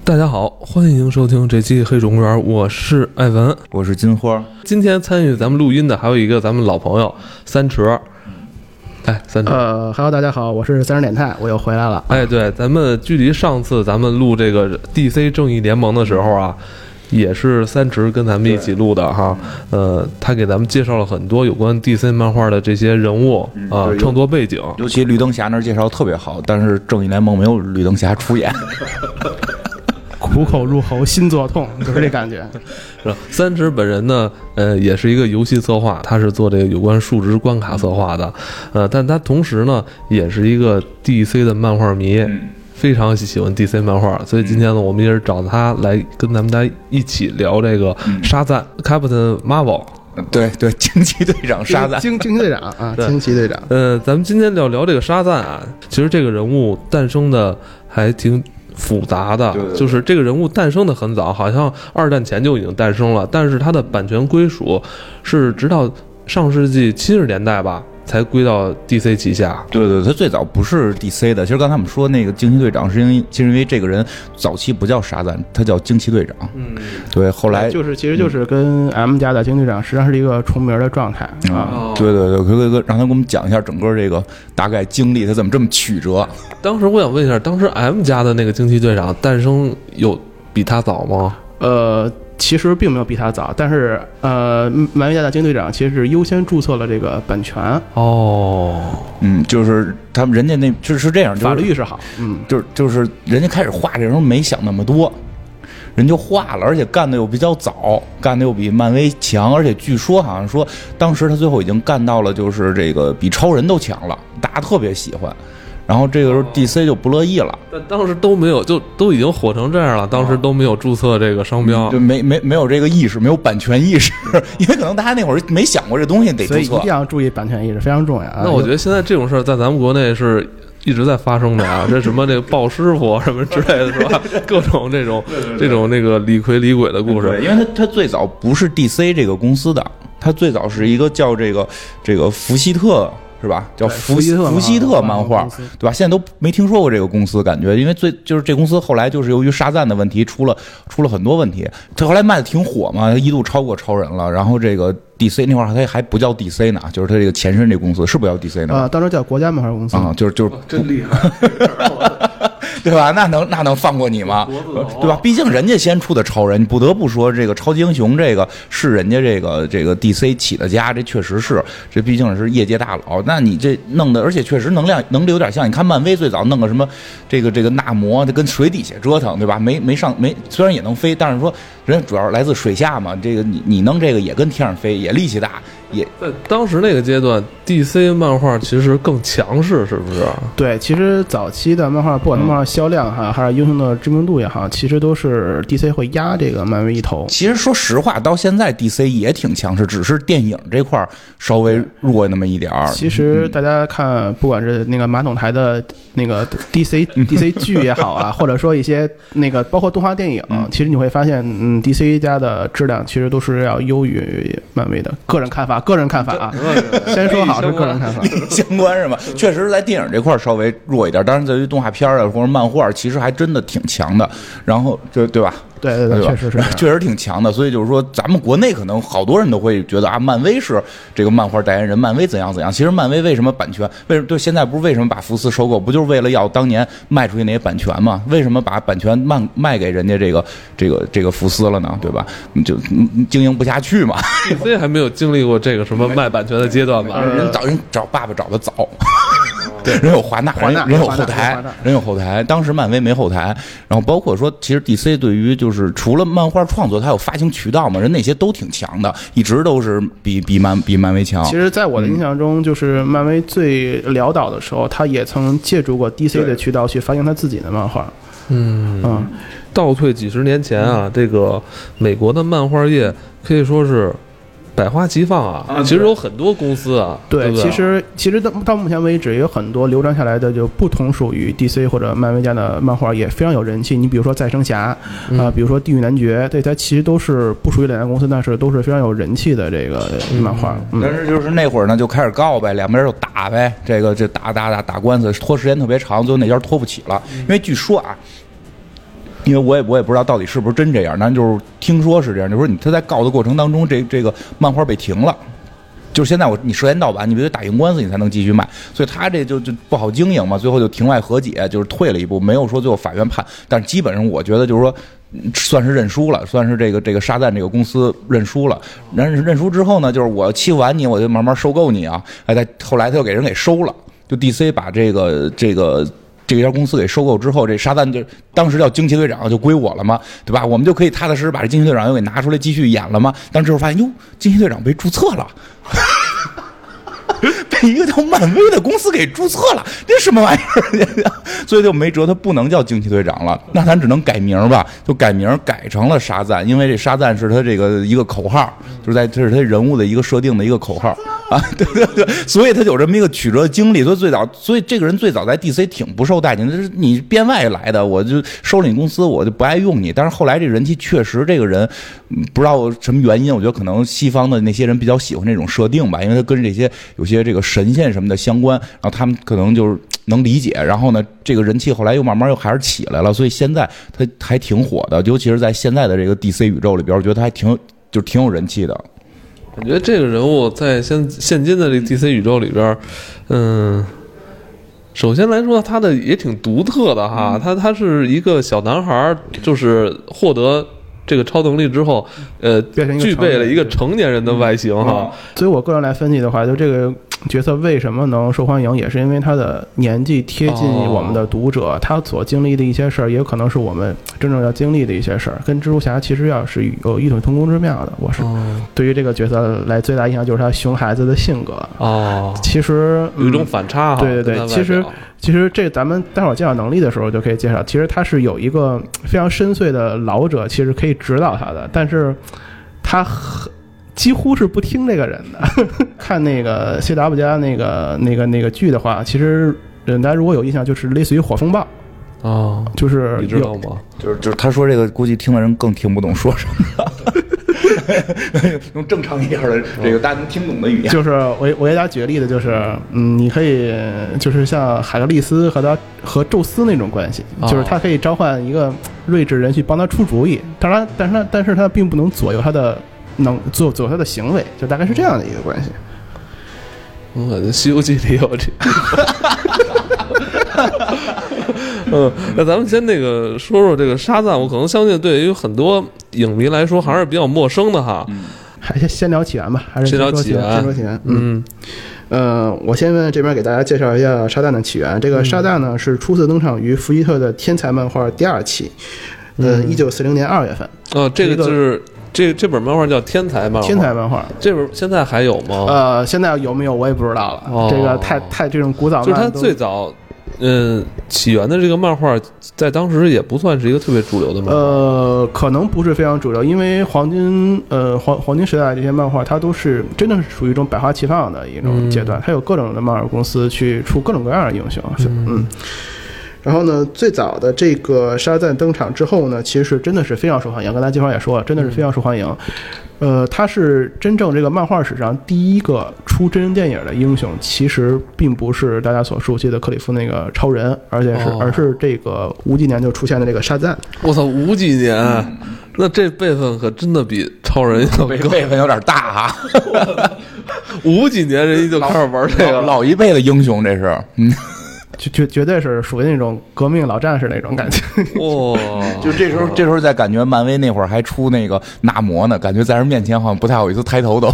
大家好，欢迎收听这期黑种公园，我是艾文， 我是金花。 今天参与咱们录音的还有一个咱们老朋友三池。三池。 Hello， 大家好，我是三十点太，我又回来了。 对，咱们距离上次咱们录这个 DC 正义联盟的时候啊，也是三池跟咱们一起录的哈。他给咱们介绍了很多有关 DC 漫画的这些人物创作背景， 尤其绿灯侠那儿介绍特别好，但是正义联盟没有绿灯侠出演。 苦口入喉，心作痛，就是这感觉。 是吧？三池本人呢，也是一个游戏策划，他是做这个有关数值关卡策划的，但他同时呢，也是一个 DC 的漫画迷，非常喜欢 DC 漫画，所以今天呢，我们也是找他来跟咱们大家一起聊这个沙赞 Captain Marvel。 对，惊奇队长沙赞， 惊奇队长啊，惊奇队长。 咱们今天聊这个沙赞啊，其实这个人物诞生的还挺复杂的，就是这个人物诞生的很早，好像二战前就已经诞生了，但是他的版权归属是直到上世纪70年代吧才归到 DC 旗下。 对，他最早不是 DC 的。其实刚才我们说那个惊奇队长是因为这个人早期不叫沙赞，他叫惊奇队长。对，后来其实就是跟 M 家的惊奇队长实际上是一个重名的状态啊。 对，可让他给我们讲一下整个这个大概经历，他怎么这么曲折。 当时我想问一下，当时 M 家的那个惊奇队长诞生有比他早吗？ 其实并没有比他早，但是漫威家的惊奇队长其实是优先注册了这个版权。 就是他们人家那就是这样， 法律意识好， 就是人家开始画这时候没想那么多，人就画了，而且干的又比较早，干的又比漫威强，而且据说好像说当时他最后已经干到了就是这个比超人都强了，大家特别喜欢。然后这个时候 DC 就不乐意了， 但当时都没有，就都已经火成这样了，当时都没有注册这个商标， 就没有这个意识，没有版权意识，因为可能大家那会儿没想过这东西得注册， 所以一定要注意版权意识，非常重要。 那我觉得现在这种事儿在咱们国内是一直在发生的啊，这什么这个鲍师傅什么之类的，是吧？各种这种那个李逵李鬼的故事。 因为他最早不是 DC 这个公司的，他最早是一个叫这个福希特。是吧？叫福希特漫画，对吧？现在都没听说过这个公司，感觉因为就是这公司后来就是由于沙赞的问题出了很多问题。他后来卖的挺火嘛，一度超过超人了。然后这个 DC 那会儿他还不叫 DC 呢，就是他这个前身这公司是不叫 DC 呢？ 当时叫国家漫画公司啊，就是真厉害。 对吧？那能放过你吗？对吧？毕竟人家先出的超人，不得不说这个超级英雄这个是人家这个 DC 起的家，这确实是，这毕竟是业界大佬。那你这弄的，而且确实能力有点像，你看漫威最早弄个什么这个纳摩，跟水底下折腾，对吧？没虽然也能飞，但是说人家主要来自水下嘛，这个你弄这个也跟天上飞，也力气大。也在当时那个阶段 ，DC 漫画其实更强势，是不是？ 对，其实早期的漫画，不管漫画销量哈，还是英雄的知名度也好，其实都是 DC 会压这个漫威一头。 其实说实话，到现在 DC 也挺强势，只是电影这块稍微弱那么一点儿。 其实大家看，不管是那个马桶台的那个 DC 剧也好啊，或者说一些那个包括动画电影，其实你会发现，DC 家的质量其实都是要优于漫威的。个人看法啊，先说好是个人看法， 相关是吧？确实在电影这块稍微弱一点，当然在于动画片啊或者漫画，其实还真的挺强的。然后对吧？ 对， 确实挺强的。所以就是说，咱们国内可能好多人都会觉得啊，漫威是这个漫画代言人，漫威怎样。其实漫威为什么版权？现在不是为什么把福斯收购，不就是为了要当年卖出去那些版权吗？为什么把版权卖给人家这个福斯了呢？对吧？就经营不下去嘛。 DC 还没有经历过这个什么卖版权的阶段吧？ 人找爸爸找的早。对，人有华纳，人有后台，当时漫威没后台。然后包括说，其实 DC 对于就是除了漫画创作，它有发行渠道嘛，人那些都挺强的，一直都是比漫威强。 其实，在我的印象中，就是漫威最潦倒的时候，他也曾借助过 DC 的渠道去发行他自己的漫画。 倒退几十年前啊，这个美国的漫画业可以说是百花齐放啊，其实有很多公司啊。 对，其实到目前为止，也有很多流传下来的就不同属于 DC 或者漫威家的漫画也非常有人气。你比如说再生侠比如说地狱男爵，对，它其实都是不属于两家公司，但是都是非常有人气的这个漫画。 但是就是那会儿呢，就开始告呗，两边就打呗，这打官司，拖时间特别长，最后那家拖不起了。因为据说啊， 因为我也不知道到底是不是真这样，但就是听说是这样，就是说他在告的过程当中，这个漫画被停了。就是现在你涉嫌盗版，你必须打赢官司你才能继续卖，所以他这就不好经营嘛，最后就庭外和解，就是退了一步，没有说最后法院判，但是基本上我觉得就是说算是认输了，算是这个沙赞这个公司认输了。认输之后呢，就是我欺负完你，我就慢慢收购你啊。后来他又给人给收了，就 DC 把这家公司给收购之后，这沙赞就当时叫惊奇队长就归我了嘛，对吧？我们就可以踏踏实实把这惊奇队长又给拿出来继续演了嘛。但这时候发现，哟，惊奇队长被注册了。被一个叫漫威的公司给注册了，这什么玩意儿？所以就没辙，他不能叫惊奇队长了，那咱只能改名吧，就改名改成了沙赞，因为这沙赞是他这个一个口号，这是他人物的一个设定的一个口号啊，对，所以他有这么一个曲折经历，所以这个人最早在 DC 挺不受待见的，你编外来的，我就收了你公司，我就不爱用你。但是后来这人气确实，这个人不知道什么原因，我觉得可能西方的那些人比较喜欢这种设定吧，因为他跟这些有些这个神仙什么的相关，然后他们可能就是能理解。然后呢，这个人气后来又慢慢又还是起来了，所以现在他还挺火的，尤其是在现在的这个 DC 宇宙里边，我觉得他还挺有人气的。 我觉得这个人物在现今的这个 DC 宇宙里边，首先来说，他的也挺独特的哈，他是一个小男孩，就是获得这个超能力之后，具备了一个成年人的外形哈。 所以我个人来分析的话，就这个角色为什么能受欢迎，也是因为他的年纪贴近我们的读者，他所经历的一些事儿，也有可能是我们真正要经历的一些事儿，跟蜘蛛侠其实要是有异曲同工之妙的。我是对于这个角色来最大印象就是他熊孩子的性格其实有一种反差哈。 对，其实这咱们待会儿介绍能力的时候就可以介绍，其实他是有一个非常深邃的老者，其实可以指导他的，但是他几乎是不听这个人的。看那个 CW 家那个剧的话，其实大家如果有印象，就是类似于火风暴就是你知道吗？ 就是他说这个，估计听的人更听不懂说什么。用正常一点的这个大家能听懂的语言， 就是我给大家举个例子，就是你可以就是像海格力斯和宙斯那种关系，就是他可以召唤一个睿智人去帮他出主意，当然，但是他并不能左右他的左右他的行为，就大概是这样的一个关系。 我感觉《西游记》里有这。那咱们先说说这个沙赞，我可能相信对于很多影迷来说还是比较陌生的哈。 还是先聊起源吧，还是先聊起源。我先这边给大家介绍一下沙赞的起源。这个沙赞呢是初次登场于福伊特的天才漫画第2期，1940年2月份。 这个就是这本漫画叫天才漫画，这本现在还有吗？ 现在有没有我也不知道了。这个太这种古早漫， 就是它最早。起源的这个漫画在当时也不算是一个特别主流的漫画， 可能不是非常主流，因为黄金时代这些漫画它都是真的是属于一种百花齐放的一种阶段，它有各种的漫画公司去出各种各样的英雄。然后呢，最早的这个沙赞登场之后呢，其实真的是非常受欢迎。刚才介绍也说了，真的是非常受欢迎。他是真正这个漫画史上第一个出真人电影的英雄，其实并不是大家所熟悉的克里夫那个超人，而是这个无几年就出现的这个沙赞。 我操，无几年，那这辈分可真的比超人要辈分有点大啊！ 无几年人家就开始玩这个， 老一辈的英雄，这是绝对是属于那种革命老战士那种感觉。 就这时候在感觉漫威那会儿还出那个纳摩呢，感觉在人面前好像不太好意思抬头都。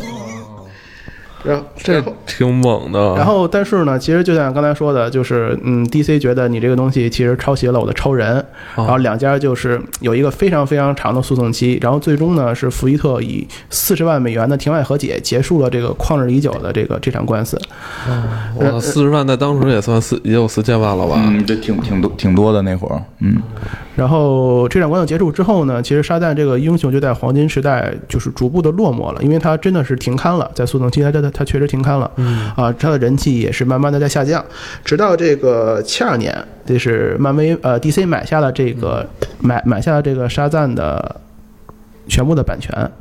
这挺猛的。 然后，但是呢，其实就像刚才说的，就是DC 觉得你这个东西其实抄袭了我的超人，然后两家就是有一个非常非常长的诉讼期，然后最终呢是福伊特以40万美元的庭外和解结束了这个旷日已久的这场官司。 40万在当时也算也有4000万了吧？ 这挺多的那会儿。 然后这场官司结束之后呢，其实沙赞这个英雄就在黄金时代就是逐步的落寞了，因为他真的是停刊了，在诉讼期他确实停刊了，他的人气也是慢慢的在下降，直到这个72年，这是漫威DC 买下了这个买下了这个沙赞的全部的版权，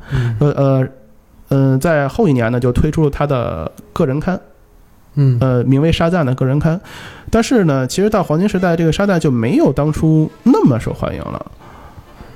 在后一年呢就推出了他的个人刊。名为沙赞的个人刊，但是呢，其实到黄金时代，这个沙赞就没有当初那么受欢迎了。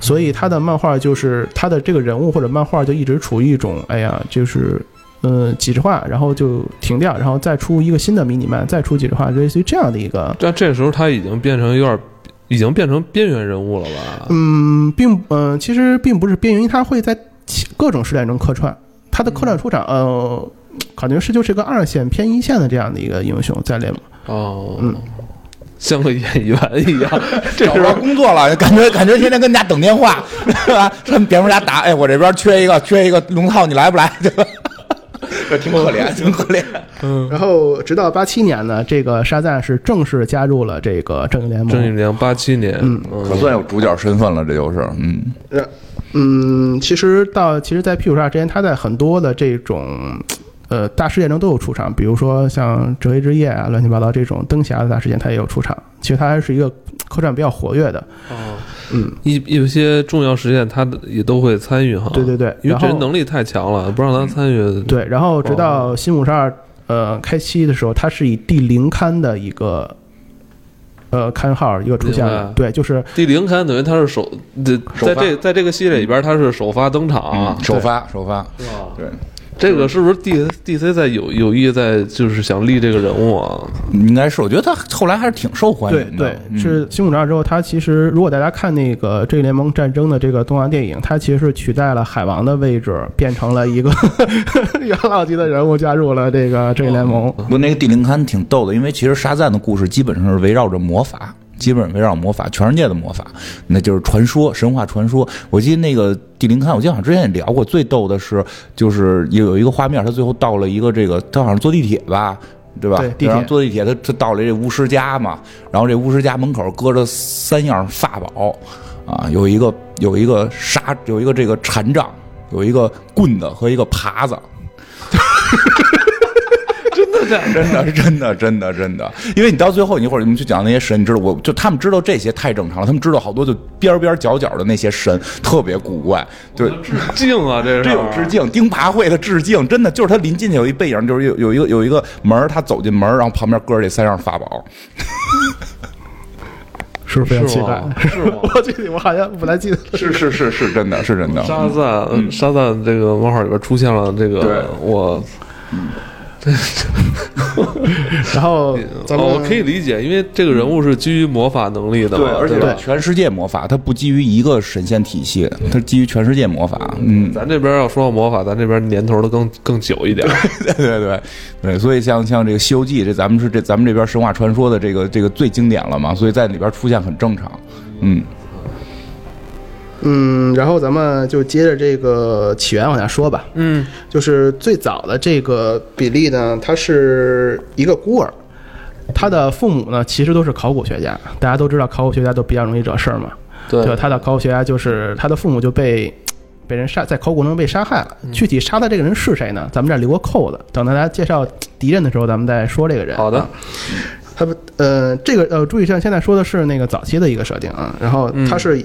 所以他的漫画就是他的这个人物或者漫画就一直处于一种就是几十话，然后就停掉，然后再出一个新的迷你漫，再出几十话，类似于这样的一个。 但这时候他已经变成边缘人物了吧？ 其实并不是边缘，因为他会在各种时代中客串，他的客串出场感觉就是个2线偏1线的这样的一个英雄在联盟。 像个演员一样，这找着工作了，感觉天天跟家等电话，对吧？跟蝙蝠侠打，我这边缺一个龙套，你来不来？对吧？这挺可怜。 然后直到87年呢，这个沙赞是正式加入了这个正义联盟。 正义联盟87年， 可算有主角身份了，这就是。 其实在屁股上之前，他在很多的这种大事件中都有出场，比如说像折黑之夜啊，乱七八糟这种灯侠的大事件，他也有出场。其实他还是一个客串比较活跃的。 有些重要事件他也都会参与哈。 对， 因为这人能力太强了，不让他参与。 对，然后直到新52开期的时候，他是以第0刊的一个刊号一个出现了。对，就是第0刊等于他是在这个系列里边他是首发登场， 首发。对。 这个是不是 DC 在有意在就是想立这个人物啊？ 应该是，我觉得他后来还是挺受欢迎的。对，是新52之后，他其实如果大家看那个正义联盟战争的这个动画电影，他其实是取代了海王的位置，变成了一个元老级的人物，加入了这个正义联盟。 不过那个第0刊挺逗的，因为其实沙赞的故事基本上是围绕着魔法。基本围绕魔法，全世界的魔法，那就是传说、神话传说。我记得那个第0刊，我记得好像之前也聊过。最逗的是，就是有一个画面，他最后到了一个他好像坐地铁吧，对吧？ 对， 然后坐地铁，他到了这巫师家嘛，然后这巫师家门口搁着3样法宝啊，有一个这个禅杖，有一个棍子和一个耙子。真的，因为你到最后，一会儿你们去讲那些神，你知道，他们知道这些太正常了，他们知道好多就边角角的那些神特别古怪，对， 致敬啊，这有致敬，钉耙会的致敬，真的就是他临进去有一背影，就是有一个门，他走进门，然后旁边搁着这3样法宝。 是不是非常奇怪？ 是吗？ 我好像不太记得。 是真的。 沙赞这个漫画里边出现了这个我。 然后我可以理解，因为这个人物是基于魔法能力的嘛， 对，而且全世界魔法，它不基于一个神仙体系，它基于全世界魔法。 咱这边要说到魔法，咱这边年头都更久一点。 对，所以像这个《西游记》，咱们这边神话传说的这个最经典了嘛，所以在里边出现很正常。 然后咱们就接着这个起源往下说吧。就是最早的这个比利呢，他是一个孤儿，他的父母呢其实都是考古学家，大家都知道考古学家都比较容易惹事儿嘛。对，他的考古学家就是他的父母就被人在考古中被杀害了。具体杀的这个人是谁呢？咱们这儿留个扣子，等大家介绍敌人的时候，咱们再说这个人。 好的。 他这个注意上现在说的是那个早期的一个设定啊，然后他是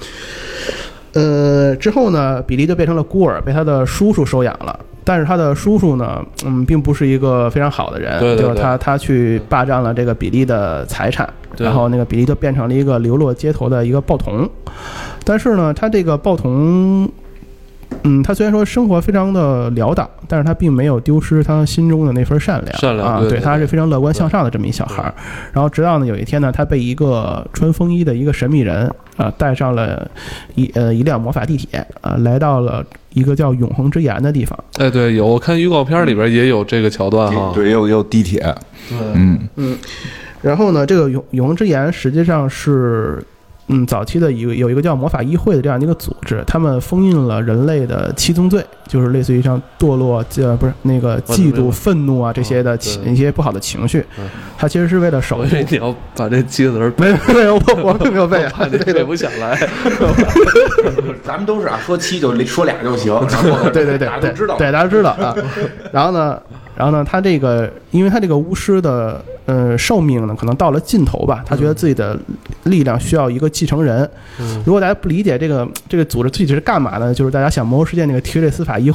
之后呢，比利就变成了孤儿，被他的叔叔收养了。但是他的叔叔呢，并不是一个非常好的人，就是他去霸占了这个比利的财产，然后那个比利就变成了一个流落街头的一个报童。但是呢，他这个报童。他虽然说生活非常的潦倒，但是他并没有丢失他心中的那份善良啊，对，他是非常乐观向上的这么一小孩。然后直到呢有一天呢，他被一个穿风衣的一个神秘人带上了一辆魔法地铁来到了一个叫永恒之岩的地方。 对，我看预告片里边也有这个桥段哈。 对，也有地铁。 然后呢，这个永恒之岩实际上是。早期的有一个叫魔法议会的这样的一个组织，他们封印了人类的7宗罪，就是类似于像堕落，不是那个嫉妒、愤怒啊这些的一些不好的情绪。他其实是为了守护。 你要把这7个字没有，我并没有背啊， 背不下来。 咱们都是说7就说俩就行。 对， 大家都知道。 对，大家知道啊。然后呢，他这个，因为他这个巫师的寿命呢，可能到了尽头吧，他觉得自己的力量需要一个继承人。如果大家不理解这个组织具体是干嘛呢？就是大家想《魔兽世界》那个提瑞斯法议会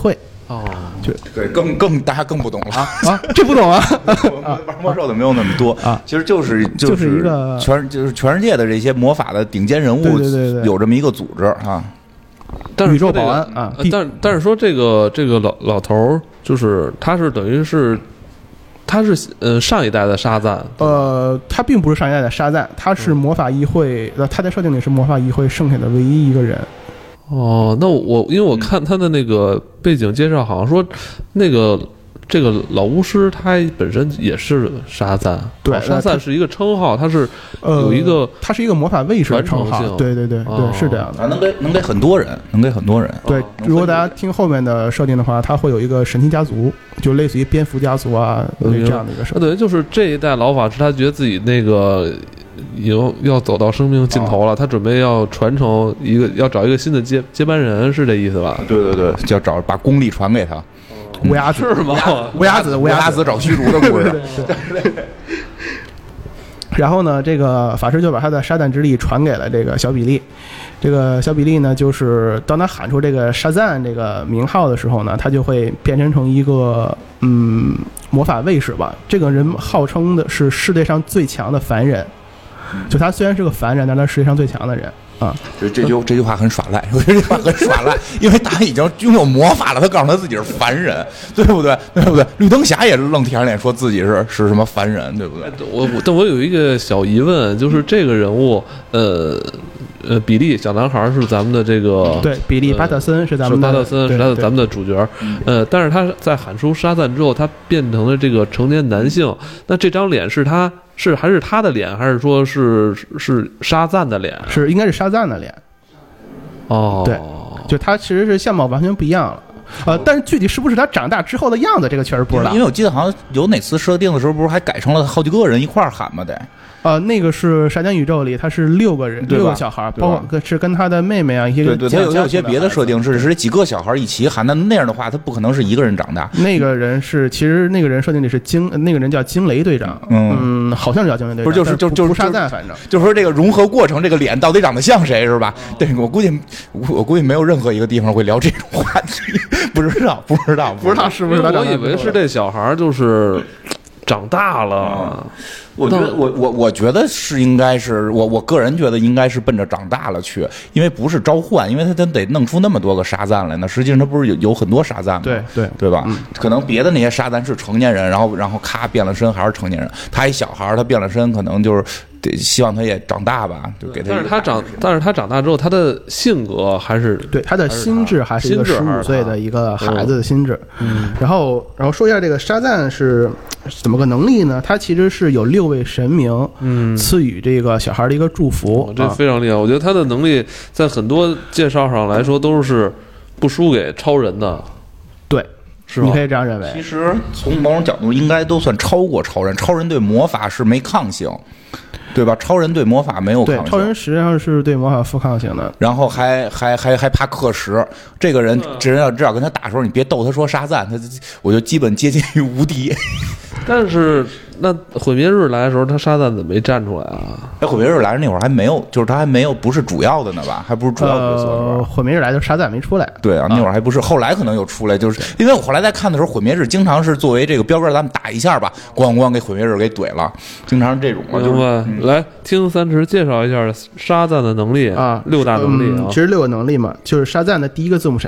哦， 对，大家更不懂了啊，这不懂啊？ 玩魔兽的没有那么多啊， 其实就是一个全世界的这些魔法的顶尖人物， 对， 有这么一个组织啊。 但是宇宙保安啊， 但是说这个老头儿，就是他是等于是。他是上一代的沙赞， 他并不是上一代的沙赞，他是魔法议会，他在设定里是魔法议会剩下的唯一一个人。 哦，那因为我看他的那个背景介绍，好像说这个老巫师他本身也是沙赞， 对， 沙赞是一个称号，他是有一个， 他是一个魔法卫士的称号，对，是这样的， 能给很多人， 对，如果大家听后面的设定的话，他会有一个神奇家族，就类似于蝙蝠家族啊这样的一个设定。 对，就是这一代老法师，他觉得自己那个要走到生命尽头了，他准备要传承要找一个新的接班人，是这意思吧？ 对，要把功力传给他。 乌鸦子是吗？ 乌鸦子找虚竹的故事。 对。然后呢，这个法师就把他的沙赞之力传给了这个小比利。这个小比利呢，就是当他喊出这个沙赞这个名号的时候呢，他就会变身成一个魔法卫士吧。这个人号称的是世界上最强的凡人，就他虽然是个凡人，但他是世界上最强的人。啊， 这句话很耍赖，我觉得这句话很耍赖，因为他已经拥有魔法了，他告诉他自己是凡人，对不对？绿灯侠也愣舔着脸说自己是什么凡人，对不对？ 但我有一个小疑问，就是这个人物，比利小男孩是咱们的这个， 对，比利巴特森是咱们的， 是咱们的主角，但是他在喊出沙赞之后，他变成了这个成年男性，那这张脸是他。还是他的脸，还是说是沙赞的脸？ 应该是沙赞的脸。 哦， 对，就他其实是相貌完全不一样了。但是具体是不是他长大之后的样子，这个确实不知道。 因为我记得好像有哪次设定的时候，不是还改成了好几个人一块儿喊吗？得。 那个是沙江宇宙里，他是6个人，6个小孩，包括是跟他的妹妹啊一些。 对，他有些别的设定是几个小孩一起喊，那样的话，他不可能是一个人长大。 那个人其实那个人设定里是那个人叫惊雷队长，好像是叫惊雷队长， 不是就是沙赞，反正就是说这个融合过程，这个脸到底长得像谁是吧？对，我估计没有任何一个地方会聊这种话题，不知道是不是他？ 我以为是这小孩就是长大了。 我觉得是应该是我个人觉得应该是奔着长大了去，因为不是召唤，因为他得弄出那么多个沙赞来呢。实际上他不是有很多沙赞吗？对吧？可能别的那些沙赞是成年人，然后咔变了身还是成年人，他一小孩他变了身，可能就是得希望他也长大吧，就给他。 但是他长大之后，他的性格还是对他的心智还是一个15岁的一个孩子的心智。然后说一下这个沙赞是怎么个能力呢？他其实是有6位神明赐予这个小孩的一个祝福， 这非常厉害。我觉得他的能力在很多介绍上来说都是不输给超人的。 对，是吧？你可以这样认为。 其实从某种角度应该都算超过超人。超人对魔法是没抗性，对吧？超人对魔法没有抗性。 对，超人实际上是对魔法负抗性的。 然后还怕克时。这个人至少跟他打的时候，你别逗他说沙赞，我就基本接近于无敌。 但是那毁灭日来的时候，他沙赞怎么没站出来啊？ 毁灭日来那会儿还没有，就是他还没有不是主要的呢吧？还不是主要角色。 毁灭日来的沙赞没出来。 对啊，那会儿还不是，后来可能有出来，就是因为我后来在看的时候，毁灭日经常是作为这个标杆，咱们打一下吧，咣咣给毁灭日给怼了，经常是这种嘛。 明白。来听三池介绍一下沙赞的能力啊，6大能力啊。 其实6个能力嘛，就是沙赞的第一个字母是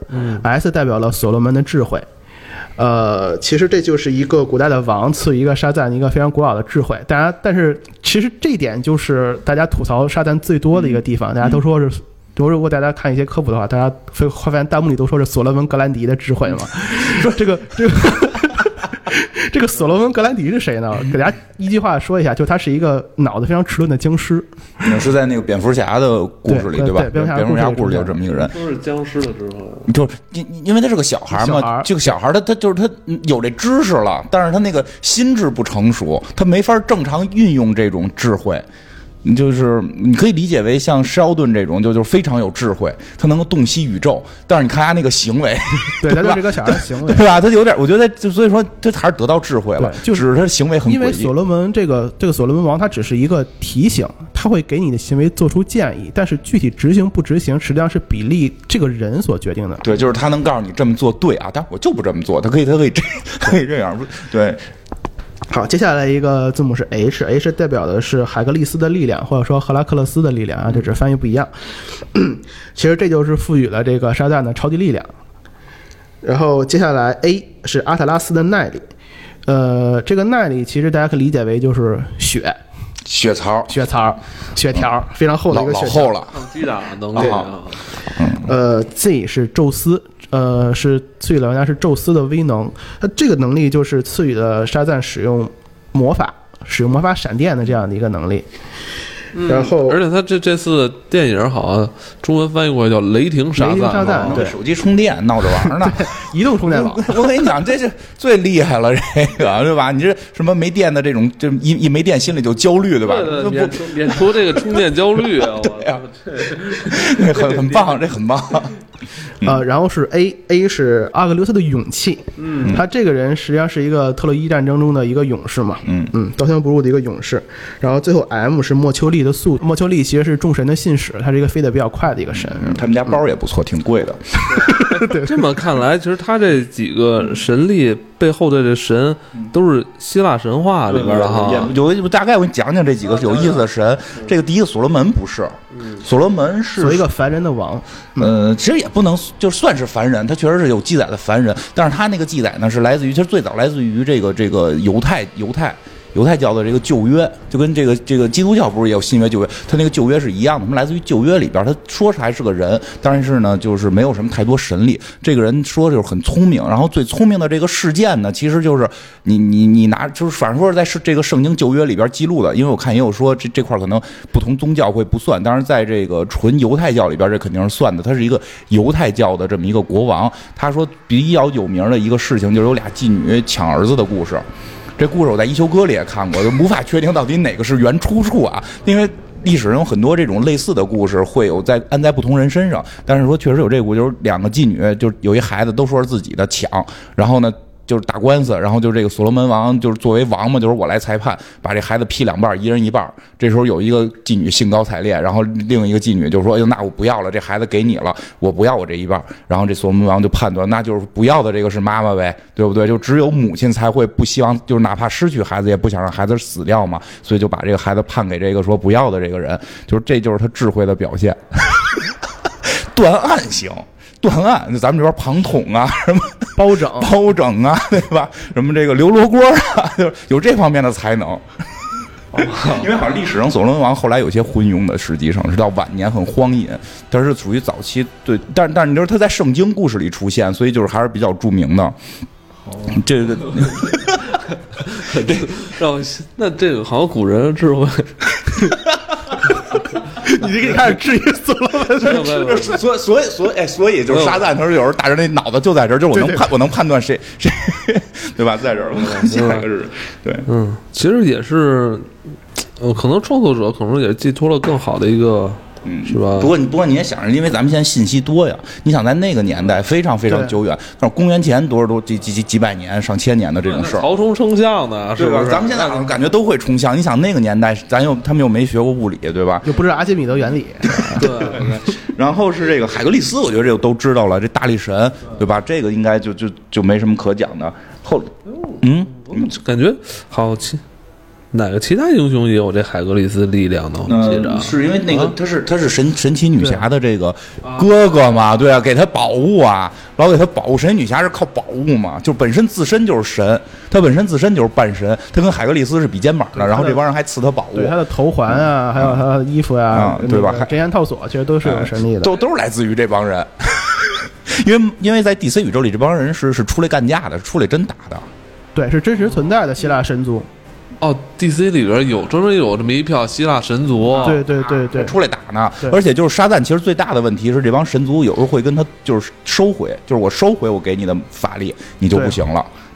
S，S 代表了所罗门的智慧。其实这就是一个古代的王赐予一个沙赞一个非常古老的智慧，但是其实这一点就是大家吐槽沙赞最多的一个地方，大家都说是，如果大家看一些科普的话，大家会发现弹幕里都说是所罗门格兰迪的智慧嘛，说这个这个所罗门格兰迪是谁呢？给大家一句话说一下，就他是一一个脑子非常迟钝的僵尸， 是在那个蝙蝠侠的故事里，对吧？ 蝙蝠侠故事里有这么一个人， 都是僵尸的时候， 就是因为他是个小孩嘛，这个小孩他就是他有这知识了，但是他那个心智不成熟，他没法正常运用这种智慧。 就是你可以理解为像施奥顿这种，就是非常有智慧，他能够洞悉宇宙。但是你看他那个行为， 对，他就是个小孩的行为， 对吧？他有点，我觉得就所以说他还是得到智慧了，就是他行为很诡异。 因为所罗门这个所罗门王，他只是一个提醒，他会给你的行为做出建议，但是具体执行不执行，实际上是比例这个人所决定的。 对，就是他能告诉你这么做对啊，但我就不这么做，他可以这样，对。 好，接下来一个字母是 H 代表的是海格力斯的力量，或者说赫拉克勒斯的力量啊，这只是翻译不一样。其实这就是赋予了这个沙赞的超级力量。然后接下来 A 是阿特拉斯的耐力，这个耐力其实大家可以理解为就是血条，非常厚的一个血条， 老厚了， 抗击打能力啊。 Z 是宙斯。是赐予了玩家是宙斯的威能，那这个能力就是赐予了沙赞使用魔法闪电的这样的一个能力。然后， 而且他这次电影好像中文翻译过来叫雷霆沙赞， 对，手机充电闹着玩呢， 移动充电宝。 我跟你讲，这是最厉害了，这个对吧？你这什么没电的这种，就一没电心里就焦虑，对吧？ 免除这个充电焦虑啊！ 对呀，很棒，这很棒。 然后是 A 是阿格留斯的勇气，他这个人实际上是一个特洛伊战争中的一个勇士嘛，刀枪不入的一个勇士。然后最后 M 是莫丘利的速度，莫丘利其实是众神的信使，他是一个飞得比较快的一个神。 他们家包也不错，挺贵的。 对，这么看来，其实他这几个神力背后的这神都是希腊神话里边的哈。 有大概我给你讲讲这几个有意思的神。这个第一个所罗门不是，所罗门是作为一个凡人的王。 其实也不能就算是凡人，他确实是有记载的凡人，但是他那个记载呢是来自于，其实最早来自于这个犹太教的这个旧约，就跟这个基督教不是也有新约旧约，他那个旧约是一样的，他们来自于旧约里边。他说是还是个人，但是呢就是没有什么太多神力。这个人说就是很聪明，然后最聪明的这个事件呢，其实就是你拿，就是反正说是在这个圣经旧约里边记录的，因为我看也有说这块可能不同宗教会不算，当然在这个纯犹太教里边这肯定是算的。他是一个犹太教的这么一个国王，他说比较有名的一个事情就是有俩妓女抢儿子的故事。这故事我在一休哥里也看过，就无法确定到底哪个是原出处啊，因为历史上有很多这种类似的故事会有安在不同人身上，但是说确实有这个故事，就是两个妓女，就是有一孩子都说是自己的抢，然后呢就是打官司，然后就这个所罗门王就是作为王嘛，就是我来裁判，把这孩子劈两半，一人一半。这时候有一个妓女兴高采烈，然后另一个妓女就说：“哎呦，那我不要了，这孩子给你了，我不要我这一半。”然后这所罗门王就判断，那就是不要的这个是妈妈呗，对不对？就只有母亲才会不希望，就是哪怕失去孩子也不想让孩子死掉嘛，所以就把这个孩子判给这个说不要的这个人，这就是他智慧的表现。断案型。断案，咱们这边庞统啊，什么包拯啊，对吧？什么这个刘罗锅啊，就是有这方面的才能。因为好像历史上所罗门王后来有些昏庸的，实际上是到晚年很荒淫，但是属于早期对，但你知道他在圣经故事里出现，所以就是还是比较著名的。这个那这个好像古人智慧。 你这个开始质疑所罗门， 所以就是沙赞，他说有时候大人那脑子就在这儿，就是我能判断谁，对吧？在这儿，下一个是，对， 其实也是，可能创作者可能也寄托了更好的一个。是吧？ 不过你也想着，因为咱们现在信息多呀，你想在那个年代非常非常久远，但是公元前多少几百年、上千年的这种事儿， 曹冲称象的，是吧？ 咱们现在感觉都会冲象。你想那个年代，他们又没学过物理，对吧？ 又不知道阿基米德原理， 对。 然后是这个海格力斯，我觉得这个都知道了，这大力神，对吧？这个应该就没什么可讲的。 我感觉好奇。哪个其他英雄也有这海格力斯力量呢？我记着是因为那个他是神奇女侠的这个哥哥嘛，对啊，给他宝物啊，老给他宝物。神奇女侠是靠宝物嘛，就本身自身就是神，他本身自身就是半神，他跟海格力斯是比肩膀的，然后这帮人还赐他宝物， 对他的头环啊，还有他的衣服啊， 对吧？ 真言套索其实都是有神力的， 都是来自于这帮人。因为在 DC 宇宙里，这帮人是出来干架的，是出来真打的， 对，是真实存在的希腊神族。 DC 里边专门有这么一票希腊神族， 对， 出来打呢。而且就是沙赞，其实最大的问题是这帮神族有时候会跟他就是收回，就是我收回我给你的法力，你就不行了。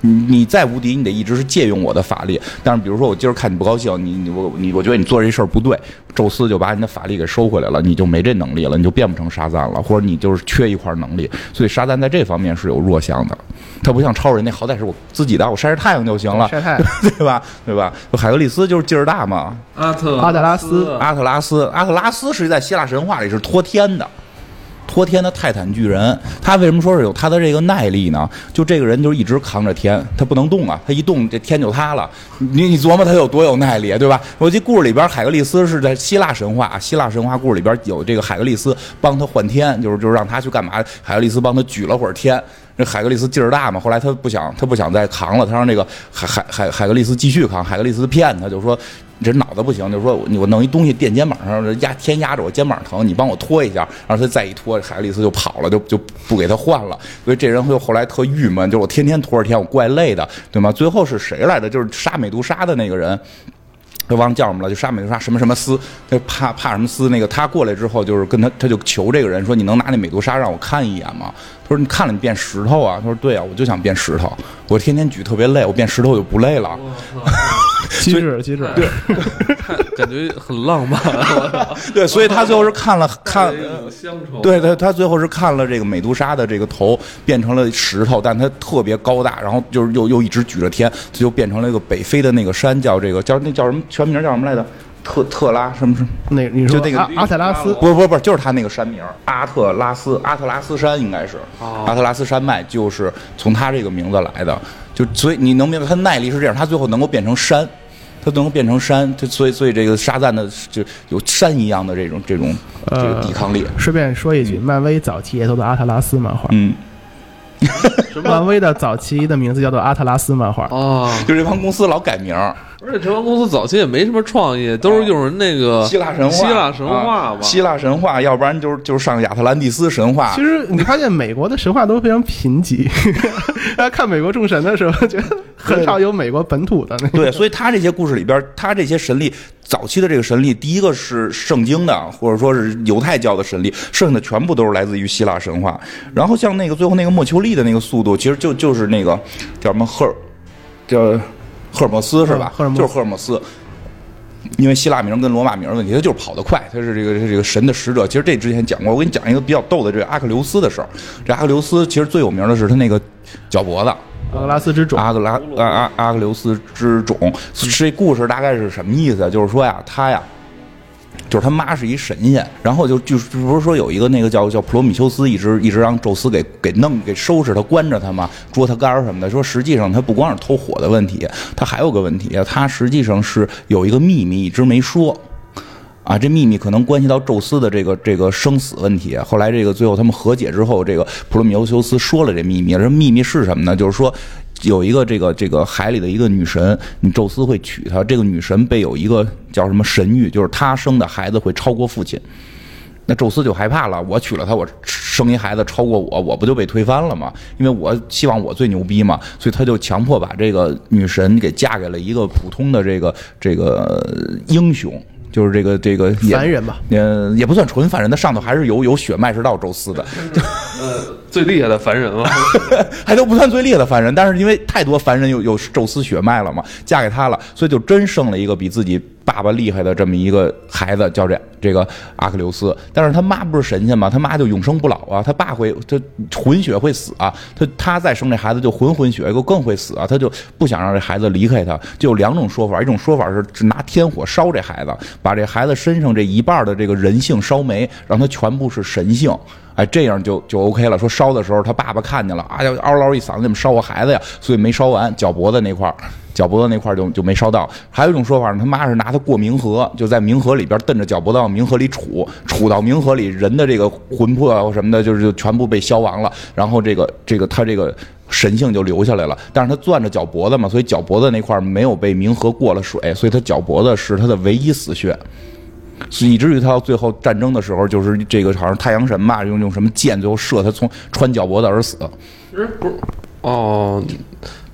你再无敌，你得一直是借用我的法力。但是比如说我今儿看你不高兴，我觉得你做这事儿不对，宙斯就把你的法力给收回来了，你就没这能力了，你就变不成沙赞了，或者你就是缺一块能力。所以沙赞在这方面是有弱项的，他不像超人那好歹是我自己的，我晒晒太阳就行了， 晒太阳对吧？对吧？海格力斯就是劲儿大嘛， 阿特拉斯是在希腊神话里是托天的。托天的泰坦巨人，他为什么说是有他的这个耐力呢？就这个人就是一直扛着天，他不能动啊，他一动这天就塌了。你琢磨他有多有耐力，对吧？我记得故事里边海格力斯是在希腊神话故事里边有这个海格力斯帮他换天，就是让他去干嘛？海格力斯帮他举了会儿天。这海格力斯劲儿大嘛，后来他不想再扛了，他让这个海格力斯继续扛。海格力斯骗他，就说你这脑子不行，就说我弄一东西垫肩膀上，天压着我肩膀疼，你帮我拖一下，然后他再一拖，海格力斯就跑了，就不给他换了。所以这人后来特郁闷，就是我天天拖着天，我怪累的，对吗？最后是谁来的？就是杀美杜莎的那个人。他忘了叫什么了，就杀美杜莎什么什么斯，他怕什么斯那个他过来之后，就是跟他就求这个人说，你能拿那美杜莎让我看一眼吗？他说你看了你变石头啊？他说对啊，我就想变石头，我天天举特别累，我变石头就不累了。 机智， 对，感觉很浪漫。 对，所以他最后是看乡愁。 对，他最后是看了这个美杜莎的这个头变成了石头，但他特别高大，然后就是又一直举着天，就变成了一个北非的那个山，叫什么全名叫什么来着？特拉什么？ 那你说就那个阿特拉斯？ 不，就是他那个山名阿特拉斯山应该是。阿特拉斯山脉就是从他这个名字来的。就所以你能明白他耐力是这样，他最后能够变成山。它能够变成山，所以这个沙赞的就有山一样的这个抵抗力。 顺便说一句，漫威早期也都是阿特拉斯漫画。漫威的早期的名字叫做阿特拉斯漫画。 就这帮公司老改名。 而且这帮公司早期也没什么创意，都是用人那个希腊神话吧，希腊神话，要不然就是上亚特兰蒂斯神话。 其实你发现美国的神话都非常贫瘠，大家看美国众神的时候，觉得很少有美国本土的那个。 对，所以他这些故事里边，他这些神力，早期的这个神力，第一个是圣经的，或者说是犹太教的神力，剩下的全部都是来自于希腊神话。然后像那个最后那个莫丘利的那个速度，其实就是那个叫什么赫尔墨斯是吧？就是赫尔墨斯，因为希腊名跟罗马名问题，他就是跑得快，他是这个神的使者。其实这之前讲过，我给你讲一个比较逗的这个阿克琉斯的事儿。这阿克琉斯其实最有名的是他那个脚脖子， 阿克拉斯之种， 阿克琉斯之种。这故事大概是什么意思？就是说呀，就是他妈是一神仙，然后就是不是说有一个那个叫普罗米修斯一直让宙斯给收拾他，关着他嘛，捉他杆什么的。说实际上他不光是偷火的问题，他还有个问题，他实际上是有一个秘密一直没说。这秘密可能关系到宙斯的这个生死问题。后来这个最后他们和解之后，这个普罗米修斯说了这秘密。这秘密是什么呢？就是说有一个这个海里的一个女神，你宙斯会娶她。这个女神被有一个叫什么神谕，就是她生的孩子会超过父亲。那宙斯就害怕了，我娶了她，我生一孩子超过我不就被推翻了吗？因为我希望我最牛逼嘛，所以他就强迫把这个女神给嫁给了一个普通的这个英雄。就是这个凡人吧， 也不算纯凡人，他上头还是有血脉是到宙斯的， 最厉害的凡人了， 还都不算最厉害的凡人，但是因为太多凡人有宙斯血脉了嘛，嫁给他了，所以就真生了一个比自己爸爸厉害的这么一个孩子，叫这个阿克琉斯。但是他妈不是神仙嘛，他妈就永生不老啊，他爸他混血会死啊，他再生这孩子就混血更会死啊，他就不想让这孩子离开他。就有两种说法，一种说法是拿天火烧这孩子，把这孩子身上这一半的这个人性烧没，让他全部是神性。这样就 OK 了。说烧的时候他爸爸看见了，要嗷嗷一嗓子，怎么烧我孩子呀？所以没烧完，脚脖子那块就没烧到。还有一种说法，他妈是拿他过冥河，就在冥河里边蹬着脚脖子往冥河里杵到冥河里，人的这个魂魄啊什么的，就全部被消亡了。然后他这个神性就留下来了，但是他攥着脚脖子嘛，所以脚脖子那块没有被冥河过了水，所以他脚脖子是他的唯一死穴。以至于他到最后战争的时候，就是这个好像太阳神嘛，用什么箭最后射他从穿脚脖子而死。 不是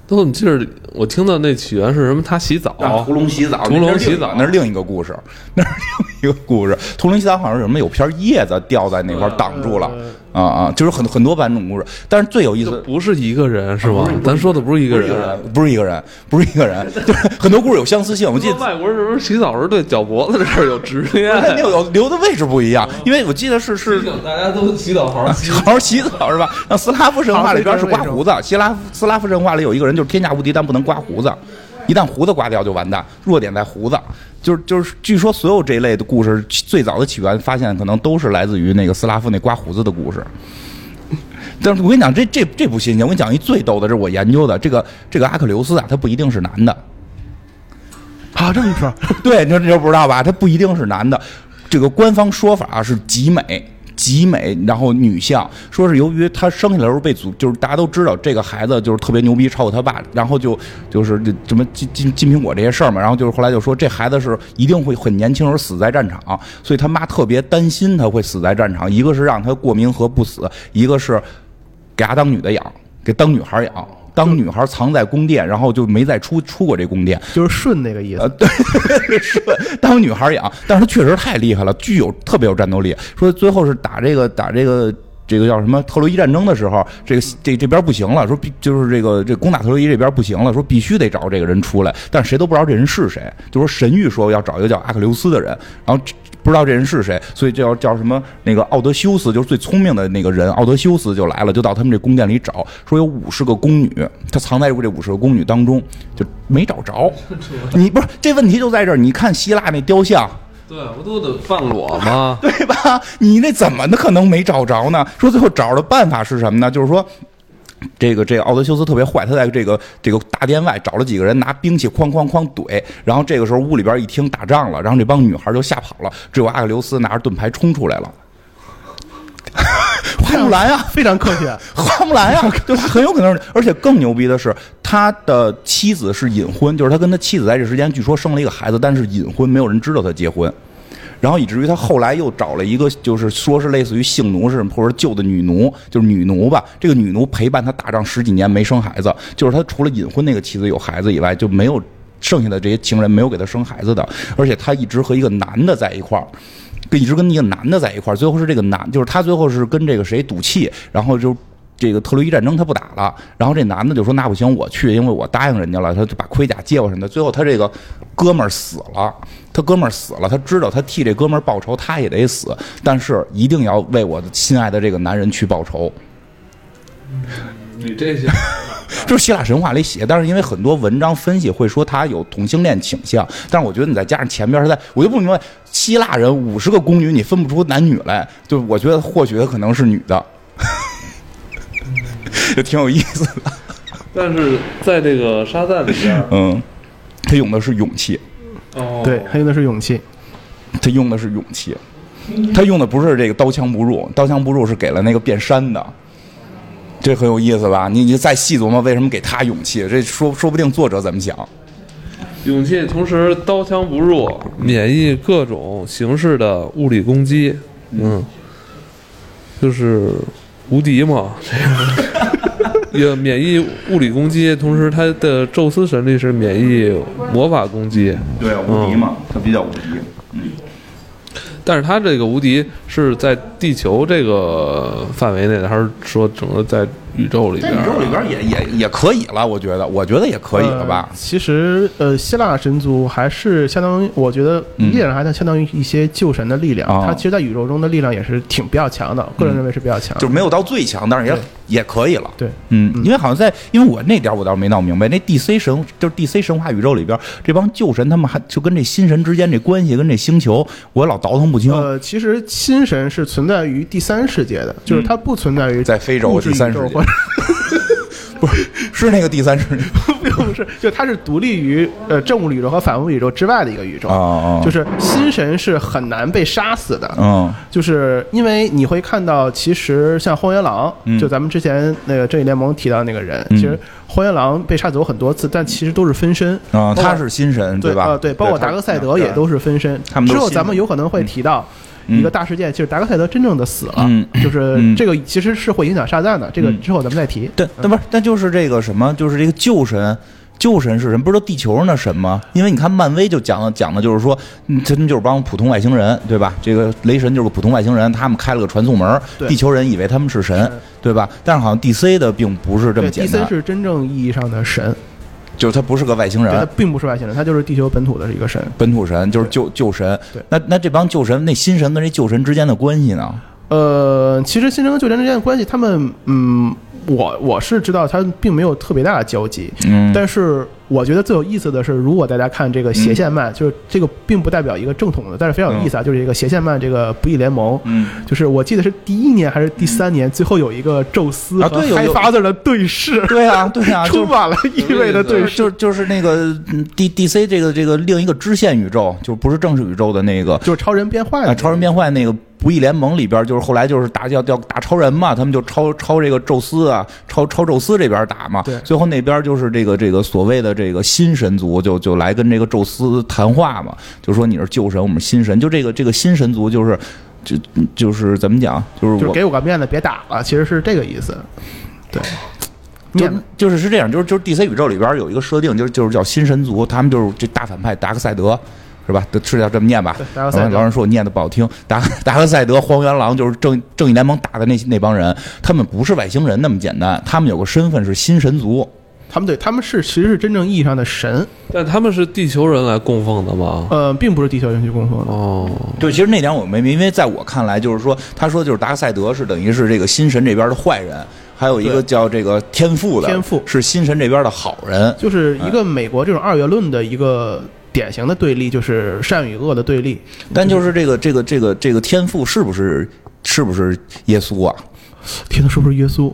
都你记得我听到那起源是什么？他洗澡， 屠龙洗澡， 屠龙洗澡那是另一个故事，那是另一个故事。屠龙洗澡好像是什么有片叶子掉在那块挡住了。就是很多版种故事，但是最有意思不是一个人是吗？咱说的不是一个人， 不是一个人，就是很多故事有相似性。我记得外国人是不是洗澡时候对脚脖子的事儿有执念？ 有留的位置不一样，因为我记得是大家都洗澡好好洗澡是吧？那斯拉夫神话里边是刮胡子，斯拉夫神话里有一个人就是天下无敌，但不能刮胡子。一旦胡子刮掉就完蛋，弱点在胡子。就是据说所有这一类的故事最早的起源发现可能都是来自于那个斯拉夫那刮胡子的故事。但是我跟你讲，这不新鲜。我跟你讲一最逗的，这是我研究的。这个阿克琉斯啊，他不一定是男的。 啊，这么说， 对，你就不知道吧？他不一定是男的。这个官方说法是极美，然后女相，说是由于他生下来的时候被就是大家都知道这个孩子就是特别牛逼，超过他爸，然后就是这什么金苹果这些事儿嘛，然后就是后来就说这孩子是一定会很年轻时候死在战场，所以他妈特别担心他会死在战场，一个是让他过冥河不死，一个是给他当女的养，给当女孩养。当女孩藏在宫殿，然后就没再出过这宫殿， 就是顺那个意思。 对，顺当女孩养，但是他确实太厉害了，特别有战斗力。说最后是打这个叫什么特洛伊战争的时候，这边不行了，说就是这攻打特洛伊这边不行了，说必须得找这个人出来，但是谁都不知道这人是谁，就说神谕说要找一个叫阿克琉斯的人，然后不知道这人是谁，所以就要叫什么那个奥德修斯，就是最聪明的那个人，奥德修斯就来了，就到他们这宫殿里找，说有50个宫女，他藏在这50个宫女当中，就没找着。你不是这问题就在这儿，你看希腊那雕像。 对，不都得放裸吗？ 对吧？你那怎么可能没找着呢？说最后找的办法是什么呢？就是说，这个奥德修斯特别坏，他在这个大殿外找了几个人，拿兵器哐哐哐怼。然后这个时候屋里边一听打仗了，然后这帮女孩就吓跑了，只有阿克琉斯拿着盾牌冲出来了。花木兰啊， 非常科学， 花木兰啊，对吧？很有可能是，而且更牛逼的是，他的妻子是隐婚，就是他跟他妻子在这时间据说生了一个孩子，但是隐婚，没有人知道他结婚。然后以至于他后来又找了一个，就是说是类似于性奴是或者旧的女奴，就是女奴吧。这个女奴陪伴他打仗10几年没生孩子，就是他除了隐婚那个妻子有孩子以外，就没有剩下的这些情人没有给他生孩子的。而且他一直和一个男的在一块儿。一直跟一个男的在一块儿，最后是这个男，就是他最后是跟这个谁赌气，然后就这个特洛伊战争他不打了，然后这男的就说那不行，我去，因为我答应人家了，他就把盔甲接过去的。最后他这个哥们儿死了，他知道他替这哥们儿报仇，他也得死，但是一定要为我的心爱的这个男人去报仇。 你这些就是希腊神话里写，但是因为很多文章分析会说他有同性恋倾向，但是我觉得你再加上前边我就不明白，希腊人50个宫女你分不出男女来，就我觉得或许他可能是女的，就挺有意思的。 但是在这个沙赞里边， 他用的是勇气， 对，他用的是勇气， 他用的不是这个刀枪不入是给了那个变山的。这很有意思吧？你再细琢磨为什么给他勇气，这说不定作者怎么想。 勇气，同时刀枪不入，免疫各种形式的物理攻击，就是无敌嘛。也免疫物理攻击，同时他的宙斯神力是免疫魔法攻击。 对，无敌嘛，他比较无敌。 但是他这个无敌是在地球这个范围内的，还是说整个在宇宙里边？ 在宇宙里边也可以了，我觉得也可以了吧。 其实希腊神族还是相当于，我觉得理解上还相当于一些旧神的力量。它其实，在宇宙中的力量也是比较强的，个人认为是比较强， 就是没有到最强，但是也可以了。 对， 因为好像因为我那点我倒是没闹明白，那 DC 神话宇宙里边这帮旧神，他们还就跟这新神之间这关系，跟这星球，我老倒腾不清。 其实新神是存在于第三世界的，就是它不存在于在非洲第三世界。不是那个第三世界， 不是，就它是独立于正物宇宙和反物宇宙之外的一个宇宙。就是新神是很难被杀死的。就是因为你会看到，其实像荒原狼，就咱们之前那个正义联盟提到那个人，其实荒原狼被杀走很多次，但其实都是分身。 他是新神，对吧？ 对，包括达克赛德也都是分身。之后咱们有可能会提到一个大事件，就是达克赛德真正的死了，就是这个其实是会影响沙赞的，这个之后咱们再提。 但就是这个什么，就是这个旧神。旧神是人，不是都地球上的神吗？因为你看漫威就讲的就是说，他们就是帮普通外星人，对吧？这个雷神就是个普通外星人，他们开了个传送门，地球人以为他们是神，对吧？但是好像 DC 的并不是这么简单。 DC 是真正意义上的神， 就是他不是个外星人， 他并不是外星人，他就是地球本土的一个神， 本土神就是旧神。 对， 那这帮旧神，那新神跟这旧神之间的关系呢？ 其实新神跟旧神之间的关系，他们我是知道他并没有特别大的交集，但是我觉得最有意思的是，如果大家看这个斜线漫，就是这个并不代表一个正统的，但是非常有意思啊，就是这个斜线漫这个不义联盟，就是我记得是第1年还是第3年，最后有一个宙斯和海法子的对视， 对啊， 充满了意味的对视， 就是那个DC 这个另一个支线宇宙，就不是正式宇宙的那个， 就是超人变坏的， 超人变坏那个。不义联盟里边就是后来就是要打超人嘛，他们就超这个宙斯啊，超宙斯这边打嘛。最后那边就是这个所谓的这个新神族就来跟这个宙斯谈话嘛，就说你是旧神，我们新神。就这个新神族就是怎么讲，就是给我个面子，别打了，其实是这个意思。对。 就是这样，就是 DC 宇宙里边有一个设定，就是叫新神族，他们就是这大反派达克赛德。是吧？是要这么念吧？老人说我念的不好听。达克赛德、荒原狼就是正义联盟打的那帮人，他们不是外星人那么简单，他们有个身份是新神族。 他们其实是真正意义上的神， 但他们是地球人来供奉的吗？ 并不是地球人去供奉的。 哦， 对，其实那点我没，因为在我看来，就是说，他说就是达克赛德是等于是这个新神这边的坏人。还有一个叫这个天赋是新神这边的好人， 就是一个美国这种二元论的一个典型的对立，就是善与恶的对立。 但就是这个天赋是不是耶稣啊？ 天赋是不是耶稣？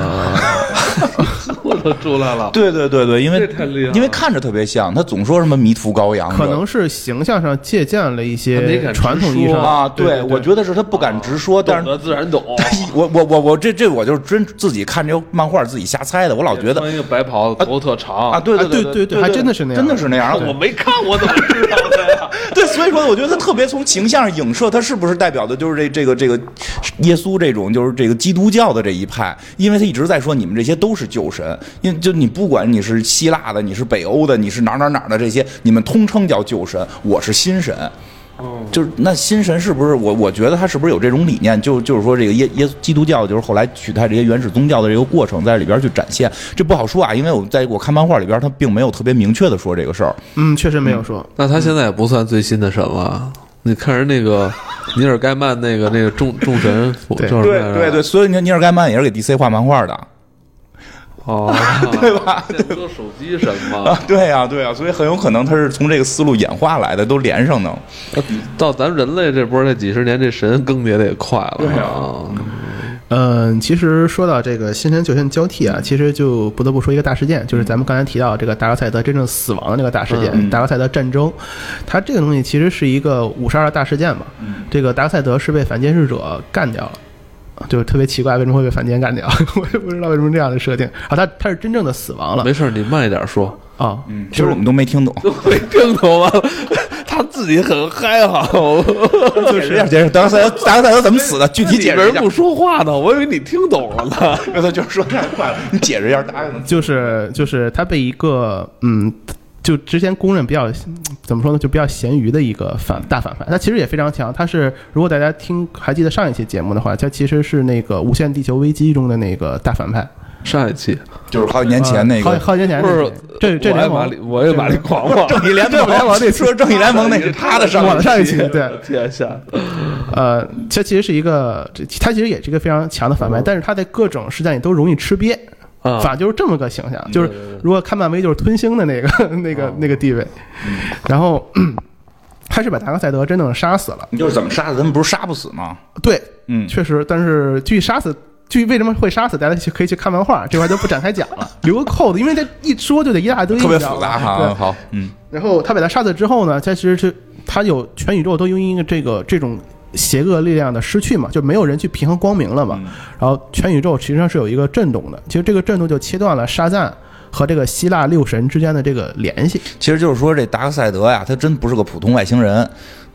我都出来了。 对，因为看着特别像，他总说什么迷途羔羊， 可能是形象上借鉴了一些传统意义上啊。对，我觉得是他不敢直说，但是懂得自然懂。 我这我就是真自己看这个漫画自己瞎猜的，我老觉得穿一个白袍子，头特长啊。对， 还真的是那样， 真的是那样。 我没看，我怎么知道的呀？ 对，所以说我觉得他特别从形象上影射，他是不是代表的就是这个耶稣这种就是这个基督教的这一派？因为他一直在说你们这些都是旧神，因为就你不管你是希腊的，你是北欧的，你是哪的这些，你们通称叫旧神，我是新神。就是那新神是不是我觉得他是不是有这种理念？就是说这个基督教就是后来取代这些原始宗教的这个过程在里边去展现，这不好说啊，因为我看漫画里边他并没有特别明确的说这个事儿。 确实没有说。 那他现在也不算最新的神了。你看人那个尼尔盖曼那个众神， 对，所以尼尔盖曼也是给 DC 画漫画的。 哦， 对吧？ 做手机神嘛？ 对呀，所以很有可能他是从这个思路演化来的，都连上的。 到咱人类这波这几十年，这神更迭的也快了。 对啊。其实说到这个新神旧神交替啊，其实就不得不说一个大事件，就是咱们刚才提到这个达克赛德真正死亡的那个大事件，达克赛德战争。它这个东西其实是一个52大事件嘛。这个达克赛德是被反监视者干掉了。就是特别奇怪，为什么会被反间干掉？我也不知道为什么这样的设定。他是真正的死亡了。 没事，你慢一点说啊。 其实我们都没听懂， 没听懂啊。他自己很嗨哈， 就是解释达克赛德怎么死的，具体解释一下。 人不说话呢，我以为你听懂了呢。 他就是说太快了，你解释一下达克赛德。 就是他被一个就之前公认比较怎么说呢，就比较咸鱼的一个大反派，他其实也非常强。他是如果大家还记得上一期节目的话，他其实是那个《无限地球危机》中的那个大反派。 上一期就是好几年前那个， 好几年前不是这联盟，我也马里狂妄， 正义联盟那说正义联盟那是他的我的上一期，对， 天下。 他其实是一个，他其实也是一个非常强的反派，但是他在各种事件里都容易吃瘪。反正就是这么个形象，就是如果看漫威就是吞星的那个地位，然后他是把达克赛德真正杀死了。 你就是怎么杀的？他们不是杀不死吗？ 对，确实，但是具体为什么会杀死，大家可以去看漫画，这块就不展开讲了，留个扣子，因为这一说就得一大堆， 特别复杂哈。好， 然后他把他杀死之后呢，其实是他有全宇宙都因为这种邪恶力量的失去嘛，就没有人去平衡光明了嘛。然后全宇宙实际上是有一个震动的，其实这个震动就切断了沙赞和这个希腊六神之间的这个联系。 其实就是说这达克赛德呀，他真不是个普通外星人，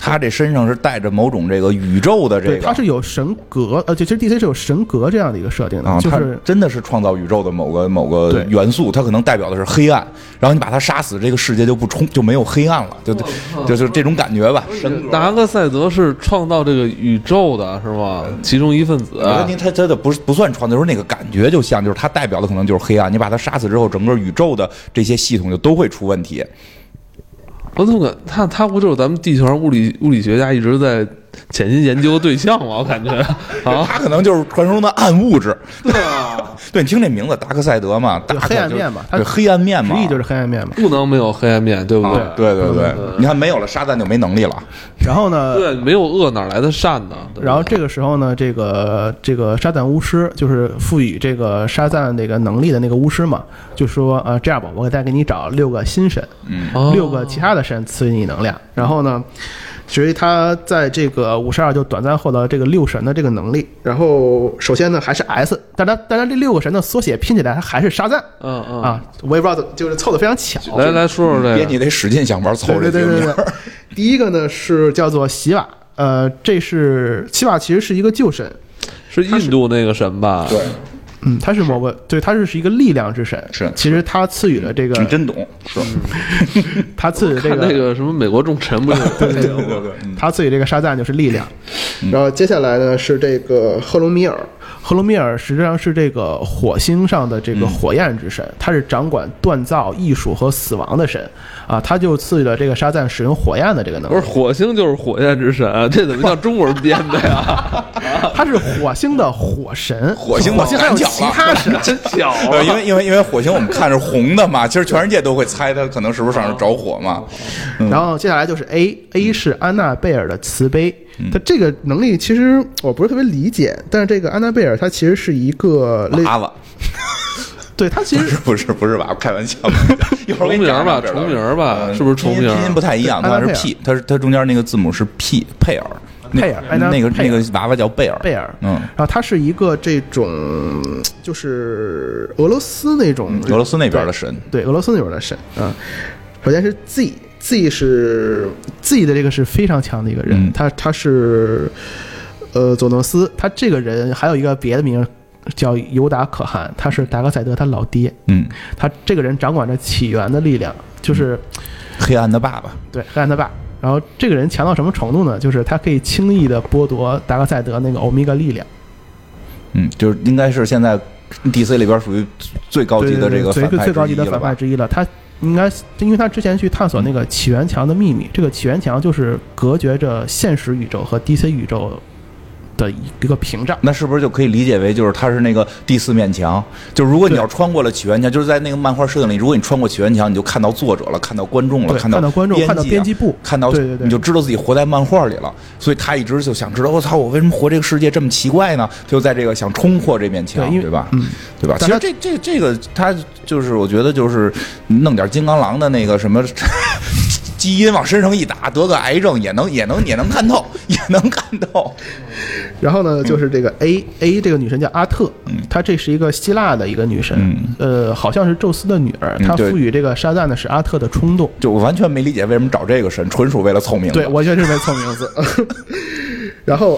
他这身上是带着某种这个宇宙的这个， 对，他是有神格，其实 DC 是有神格这样的一个设定的， 啊， 就是真的是创造宇宙的某个元素，它可能代表的是黑暗，然后你把它杀死，这个世界就没有黑暗了，就这种感觉吧。 达克赛德是创造这个宇宙的是吧？其中一份子。 他的不算创造，就是那个感觉就像，就是它代表的可能就是黑暗，你把它杀死之后，整个宇宙的这些系统就都会出问题。 我怎么感他不就是咱们地球上物理学家一直在潜心研究的对象吗？我感觉啊， 他可能就是传说中的暗物质。 对啊， 对，你听这名字达克赛德嘛， 黑暗面嘛， 对，黑暗面嘛， 直译就是黑暗面嘛， 不能没有黑暗面，对不对？ 对，你看没有了沙赞就没能力了。 然后呢？ 对，没有恶哪来的善呢？ 然后这个时候呢，这个沙赞巫师就是赋予这个沙赞这个能力的那个巫师嘛，就说这样吧，我再给你找6个新神，6个其他的神赐予你能量。然后呢，所以他在这个52就短暂获得这个6神的这个能力。然后首先呢还是 S， 但他这6个神的缩写拼起来，它还是沙赞。我也不知道，就是凑得非常巧。 来说说这个， 别你得使劲想玩凑这个名。 对。第一个呢是叫做洗瓦，这是洗瓦，其实是一个旧神， 是印度那个神吧？ 对。 他是某个，对，他是一个力量之神。 是， 其实他赐予了这个， 你真懂，是。 他赐予这个那个什么美国众神不是？ 对，他赐予这个沙赞就是力量。然后接下来呢是这个赫隆米尔，赫隆米尔实际上是这个火星上的这个火焰之神，他是掌管锻造、艺术和死亡的神啊，他就赐予了这个沙赞使用火焰的这个能力。 不是火星就是火焰之神，这怎么叫中国人编的呀？ 他是火星的火神， 火星还有其他神， 真巧啊！ 因为火星我们看是红的嘛，其实全世界都会猜它可能是不是上面着火嘛。 然后接下来就是 A 是安娜贝尔的慈悲。他这个能力其实我不是特别理解，但是这个安娜贝尔她其实是一个娃娃， 对，她其实不是娃娃，开玩笑。一会儿重名吧，重名吧，是不是重名？ 拼音不太一样，它是 P， 它中间那个字母是 P， 佩尔，那个娃娃叫贝尔， 然后它是一个这种就是俄罗斯那边的神， 对，俄罗斯那边的神啊。首先是 Z 是 Z 的这个是非常强的一个人，他是佐诺斯，他这个人还有一个别的名叫尤达可汗，他是达克赛德他老爹，他这个人掌管着起源的力量，就是黑暗的爸爸， 对，黑暗的爸。然后这个人强到什么程度呢？就是他可以轻易的剥夺达克赛德那个欧米伽力量， 就是应该是现在 DC 里边属于最高级的这个最高级的反派之一了。他应该因为他之前去探索那个起源墙的秘密，这个起源墙就是隔绝着现实宇宙和 DC 宇宙的一个屏障。 那是不是就可以理解为就是它是那个第4面墙？就是如果你要穿过了起源墙，就是在那个漫画设定里，如果你穿过起源墙，你就看到作者了，看到观众了，看到观众，看到编辑部， 看到你就知道自己活在漫画里了。所以他一直就想知道，我操，我为什么活这个世界这么奇怪呢？就在这个想冲破这面墙，对吧？对吧？其实这个他就是我觉得就是弄点金刚狼的那个什么。基因往身上一打，得个癌症也能看透，也能看透。 然后呢，就是这个 A 这个女神叫阿特，她这是一个希腊的一个女神，好像是宙斯的女儿。她赋予这个沙赞的是阿特的冲动。 就我完全没理解为什么找这个神，纯属为了凑名字。 对，我确实为凑名字。然后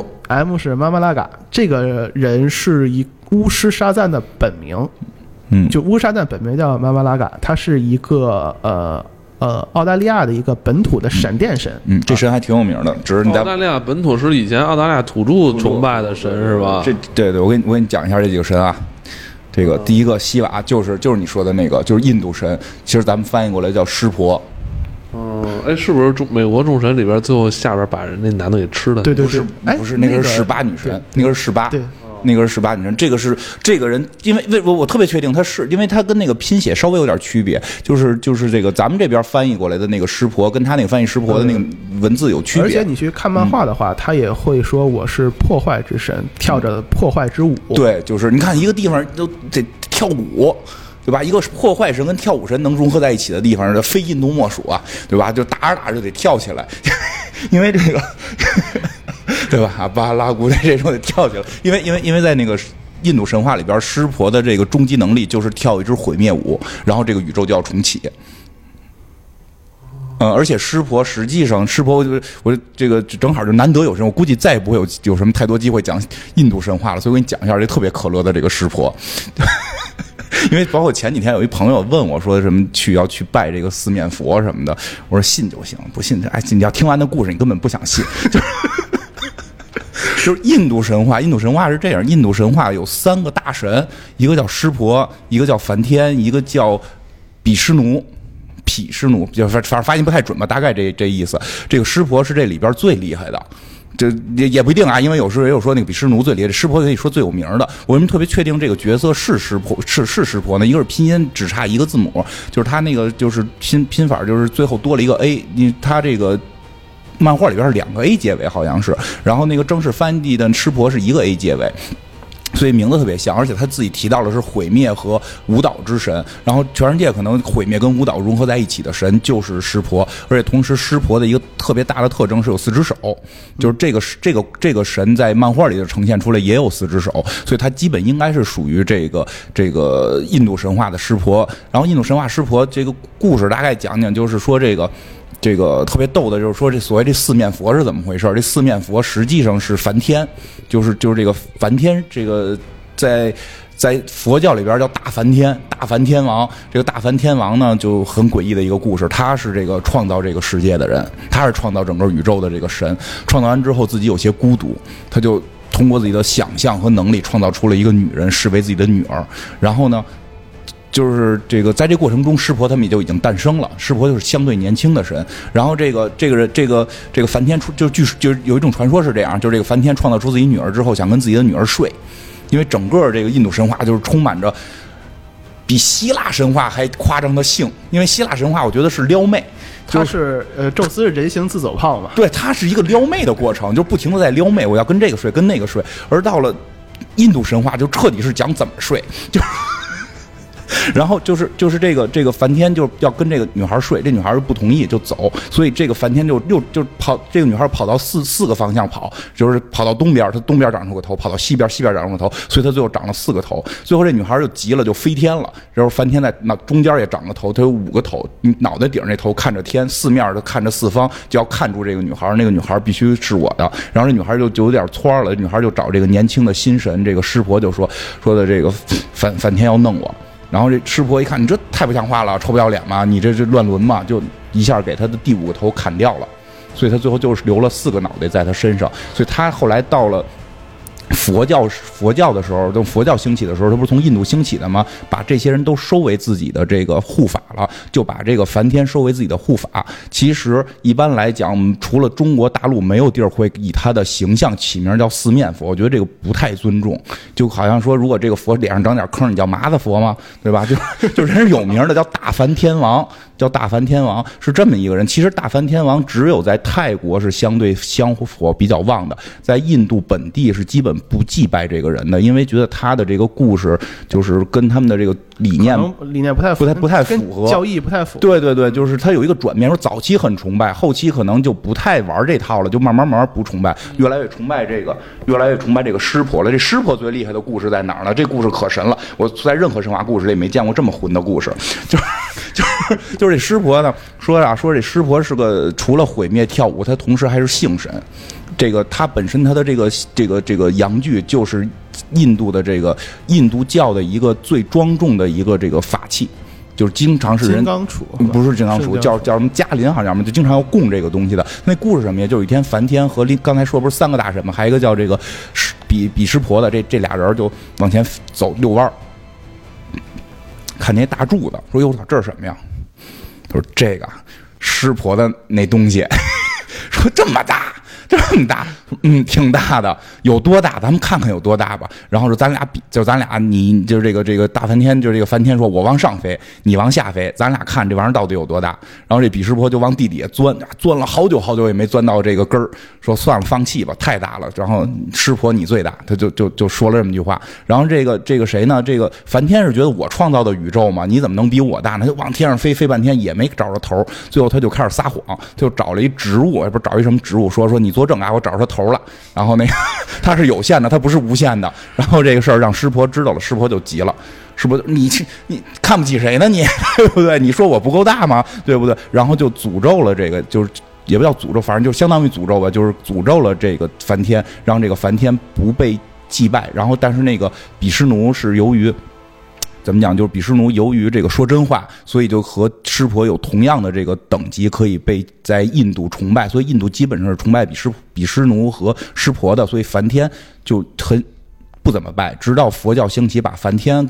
M 是妈妈拉嘎，这个人是一巫师沙赞的本名。就巫师沙赞本名叫妈妈拉嘎，他是一个澳大利亚的一个本土的闪电神， 这神还挺有名的。只是你在澳大利亚本土是以前澳大利亚土著崇拜的神是吧？ 对，我给你讲一下这几个神啊。这个第一个西瓦就是你说的那个，就是印度神，其实咱们翻译过来叫湿婆。 是不是美国众神里边最后下边把人那男的给吃了？ 对， 不是，那个是18女神，那个是18。对。那个是18女神，这个人，因为我特别确定他是，因为他跟那个拼写稍微有点区别，就是这个咱们这边翻译过来的那个湿婆，跟他那个翻译湿婆的那个文字有区别。 而且你去看漫画的话，他也会说我是破坏之神，跳着破坏之舞。 对，就是你看一个地方都得跳舞。对吧？一个破坏神跟跳舞神能融合在一起的地方，非印度莫属啊，对吧？就打着就得跳起来，因为这个，对吧？巴拉古代这种得跳起来，因为在那个印度神话里边，湿婆的这个终极能力就是跳一支毁灭舞，然后这个宇宙就要重启。 而且湿婆实际上，湿婆我这个正好就难得有人，我估计再也不会有什么太多机会讲印度神话了，所以我给你讲一下这特别可乐的这个湿婆。因为包括前几天有一朋友问我说什么要去拜这个四面佛什么的，我说信就行，不信你要听完的故事你根本不想信。就是印度神话是这样，印度神话有3个大神，一个叫湿婆，一个叫梵天，一个叫毗湿奴，就反正发音不太准吧，大概这意思。这个湿婆是这里边最厉害的，这也不一定啊，因为有时候也有说那个毗湿奴最厉害，这湿婆可以说最有名的。我为什么特别确定这个角色是湿婆呢？一个是拼音只差一个字母，就是他那个就是拼法就是最后多了一个 A， 他这个漫画里边是2个 A 结尾好像是，然后那个正式翻译的湿婆是1个 A 结尾。所以名字特别像，而且他自己提到的是毁灭和舞蹈之神，然后全世界可能毁灭跟舞蹈融合在一起的神就是湿婆，而且同时湿婆的一个特别大的特征是有4只手，就是这个神在漫画里的呈现出来也有4只手，所以他基本应该是属于这个印度神话的湿婆。然后印度神话湿婆这个故事大概讲讲，就是说这个特别逗的，就是说这所谓这四面佛是怎么回事？这四面佛实际上是梵天，就是这个梵天，这个在佛教里边叫大梵天王。这个大梵天王呢就很诡异的一个故事，他是这个创造这个世界的人，他是创造整个宇宙的这个神。创造完之后自己有些孤独，他就通过自己的想象和能力创造出了一个女人，视为自己的女儿。然后呢，就是这个在这过程中，湿婆他们也就已经诞生了。湿婆就是相对年轻的神。然后这个梵天就是有一种传说是这样，就是这个梵天创造出自己女儿之后，想跟自己的女儿睡，因为整个这个印度神话就是充满着比希腊神话还夸张的性。因为希腊神话我觉得是撩妹， 他是宙斯是人形自走炮嘛？ 对，他是一个撩妹的过程，就不停的在撩妹，我要跟这个睡，跟那个睡。而到了印度神话，就彻底是讲怎么睡，就。然后就是这个梵天就要跟这个女孩睡，这女孩不同意就走，所以这个梵天就跑，这个女孩跑到四个方向跑，就是跑到东边，她东边长出个头，跑到西边长出个头，所以她最后长了4个头。最后这女孩就急了，就飞天了。然后梵天在那中间也长个头，她有5个头，脑袋顶那头看着天，四面的看着四方，就要看住这个女孩，那个女孩必须是我的。然后这女孩就有点蹿了，女孩就找这个年轻的新神，这个湿婆就说的这个梵天要弄我。然后这湿婆一看，你这太不像话了，臭不要脸嘛，你这乱伦嘛，就一下给他的第5个头砍掉了，所以他最后就是留了4个脑袋在他身上。所以他后来到了佛教的时候，等佛教兴起的时候，他不是从印度兴起的吗？把这些人都收为自己的这个护法了，就把这个梵天收为自己的护法。其实一般来讲，除了中国大陆，没有地儿会以他的形象起名叫四面佛，我觉得这个不太尊重。就好像说，如果这个佛脸上长点坑，你叫麻子佛吗？对吧？就人是有名的，叫大梵天王。叫大梵天王是这么一个人。其实大梵天王只有在泰国是相对香火比较旺的，在印度本地是基本不祭拜这个人的，因为觉得他的这个故事就是跟他们的这个理念不太符合， 教义不太符合。 对对对，就是他有一个转变，说早期很崇拜，后期可能就不太玩这套了，就慢慢不崇拜，越来越崇拜这个湿婆了。这湿婆最厉害的故事在哪儿呢？这故事可神了，我在任何神话故事里没见过这么混的故事。就是这湿婆呢，说这湿婆是个除了毁灭跳舞，他同时还是性神。这个他本身他的这个阳具就是印度的这个印度教的一个最庄重的一个这个法器，就是经常是人金刚杵， 不是金刚杵，叫什么嘉林好像就经常要供这个东西的。那故事什么呀？就有一天梵天和刚才说不是3个大神吗？还有一个叫这个毗湿婆的，这俩人就往前走遛弯，看见大柱子，说哟，这是什么呀？他说这个湿婆的那东西，说这么大，挺大的，有多大？咱们看看有多大吧。然后说咱俩比，就咱俩，你就是这个大梵天，就是这个梵天说，我往上飞，你往下飞，咱俩看这玩意儿到底有多大。然后这毗湿婆就往地底下钻了好久也没钻到这个根儿，说算了，放弃吧，太大了。然后湿婆你最大，他就说了这么一句话。然后这个谁呢？这个梵天是觉得我创造的宇宙嘛，你怎么能比我大呢？就往天上飞半天也没找着头，最后他就开始撒谎，就找了一植物，也不是找一什么植物，说你作证啊，我找着他头了。然后它是有限的，它不是无限的。然后这个事儿让湿婆知道了，湿婆就急了， 是不是？你看不起谁呢？你对不对？你说我不够大吗？对不对？然后就诅咒了这个，就是也不叫诅咒，反正就相当于诅咒吧，就是诅咒了这个梵天，让这个梵天不被祭拜。然后，但是那个毗湿奴是由于怎么讲？就是毗湿奴由于这个说真话，所以就和湿婆有同样的这个等级，可以被在印度崇拜。所以印度基本上是崇拜毗湿奴和湿婆的，所以梵天就很不怎么拜。直到佛教兴起，把梵天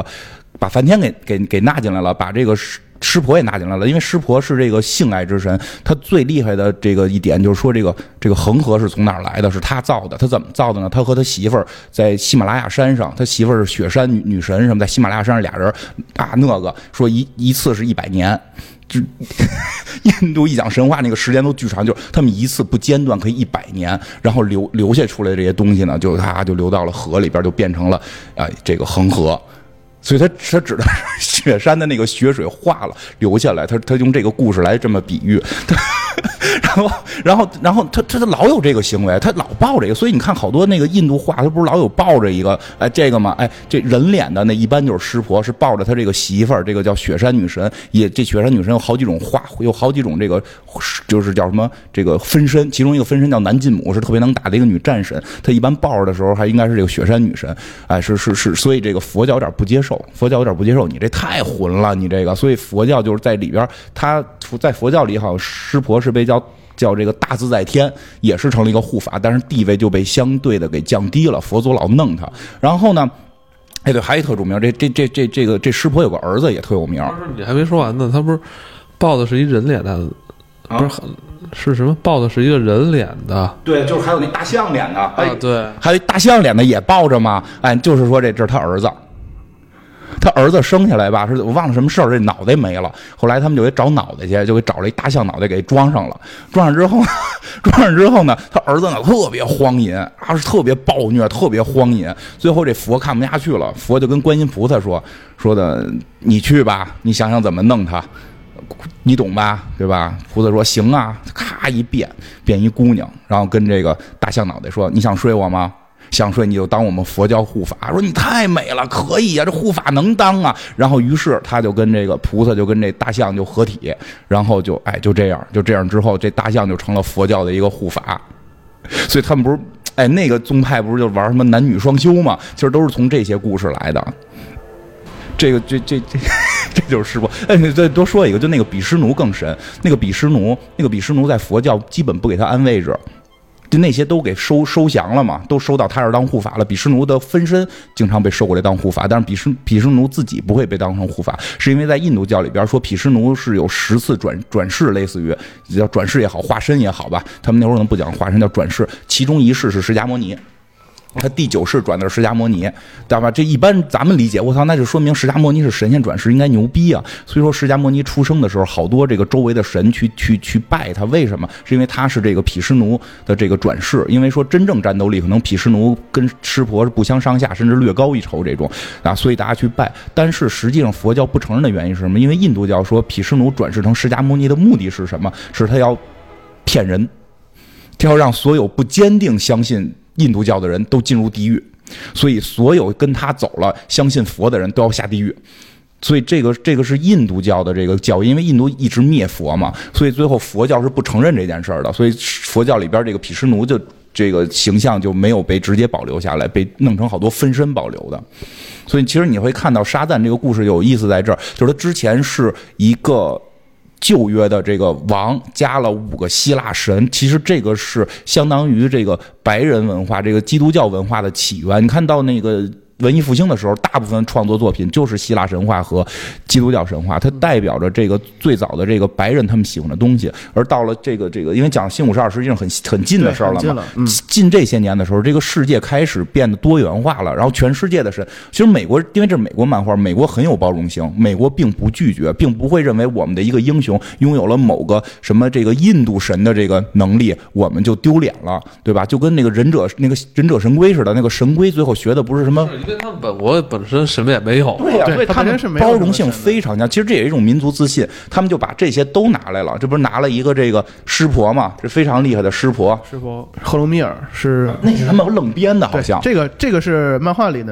给纳进来了，把这个湿婆也纳进来了。因为湿婆是这个性爱之神，他最厉害的这个一点就是说，这个恒河是从哪儿来的？是他造的。他怎么造的呢？他和他媳妇儿在喜马拉雅山上，他媳妇儿是雪山女神什么，在喜马拉雅山上俩人说一次是100年。就印度一讲神话，那个时间都巨长，就是他们一次不间断可以100年，然后留下出来的这些东西呢，就流到了河里边，就变成了这个恒河。所以他指的是雪山的那个雪水化了流下来，他用这个故事来这么比喻。然后他老有这个行为，他老抱这个，所以你看好多那个印度画，他不是老有抱着一个这个吗？这人脸的那一般就是湿婆，是抱着他这个媳妇儿，这个叫雪山女神。这雪山女神有好几种画，有好几种这个就是叫什么这个分身，其中一个分身叫南晋母，是特别能打的一个女战神。她一般抱着的时候还应该是这个雪山女神，是，所以这个佛教有点不接受，你这太混了，你这个，所以佛教就是在里边，他在佛教里好像湿婆是被叫这个大自在天，也是成了一个护法，但是地位就被相对的给降低了，佛祖老弄他。然后呢，对，还有一特著名，这湿婆有个儿子也特有名。 你还没说完呢，他不是抱的是一人脸的，不是什么抱的是一个人脸的？ 对，就是还有那大象脸的， 对， 还有大象脸的也抱着吗？就是说这是他儿子。他儿子生下来吧，我忘了什么事儿，这脑袋没了。后来他们就给找脑袋去，就给找了一大象脑袋给装上了。装上之后呢，他儿子呢特别荒淫，是特别暴虐，特别荒淫。最后这佛看不下去了，佛就跟观音菩萨说的，你去吧，你想想怎么弄他，你懂吧，对吧？菩萨说行啊，咔一变一姑娘，然后跟这个大象脑袋说，你想睡我吗？想睡你就当我们佛教护法，说你太美了，可以啊，这护法能当啊。然后于是他就跟这个菩萨就跟这大象就合体，然后就这样之后，这大象就成了佛教的一个护法。所以他们不是那个宗派不是就玩什么男女双修嘛？其实都是从这些故事来的。这就是湿婆。再多说一个，就那个毗湿奴更神。那个毗湿奴在佛教基本不给他安位置。就那些都给收降了嘛，都收到他这儿当护法了。毗湿奴的分身经常被收过来当护法，但是毗湿奴自己不会被当成护法，是因为在印度教里边说毗湿奴是有10次转世，类似于叫转世也好，化身也好吧，他们那会儿可能不讲化身，叫转世。其中一世是释迦摩尼。他第9世转的是释迦摩尼，知道吧？这一般咱们理解，我操，那就说明释迦摩尼是神仙转世，应该牛逼啊！所以说释迦摩尼出生的时候，好多这个周围的神去拜他，为什么？是因为他是这个毗湿奴的这个转世，因为说真正战斗力可能毗湿奴跟湿婆是不相上下，甚至略高一筹这种啊，所以大家去拜。但是实际上佛教不承认的原因是什么？因为印度教说毗湿奴转世成释迦摩尼的目的是什么？是他要骗人，他要让所有不坚定相信印度教的人都进入地狱，所以所有跟他走了相信佛的人都要下地狱。所以这个是印度教的这个教义，因为印度一直灭佛嘛，所以最后佛教是不承认这件事的，所以佛教里边这个毗湿奴就这个形象就没有被直接保留下来，被弄成好多分身保留的。所以其实你会看到沙赞这个故事有意思在这儿，就是他之前是一个旧约的这个王加了5个希腊神，其实这个是相当于这个白人文化，这个基督教文化的起源。你看到那个文艺复兴的时候，大部分创作作品就是希腊神话和基督教神话，它代表着这个最早的这个白人他们喜欢的东西。而到了这个，因为讲新52实际上很近的事儿了嘛，近这些年的时候，这个世界开始变得多元化了，然后全世界的神，其实美国因为这是美国漫画，美国很有包容性，美国并不拒绝，并不会认为我们的一个英雄拥有了某个什么这个印度神的这个能力，我们就丢脸了，对吧？就跟那个忍者神龟似的，那个神龟最后学的不是什么。 因为他们本国本身什么也没有， 对呀，所以他们包容性非常强。其实这也是一种民族自信，他们就把这些都拿来了。这不是拿了一个这个湿婆嘛？这非常厉害的湿婆。 赫鲁米尔是那是他们愣编的，好像这个是漫画里的。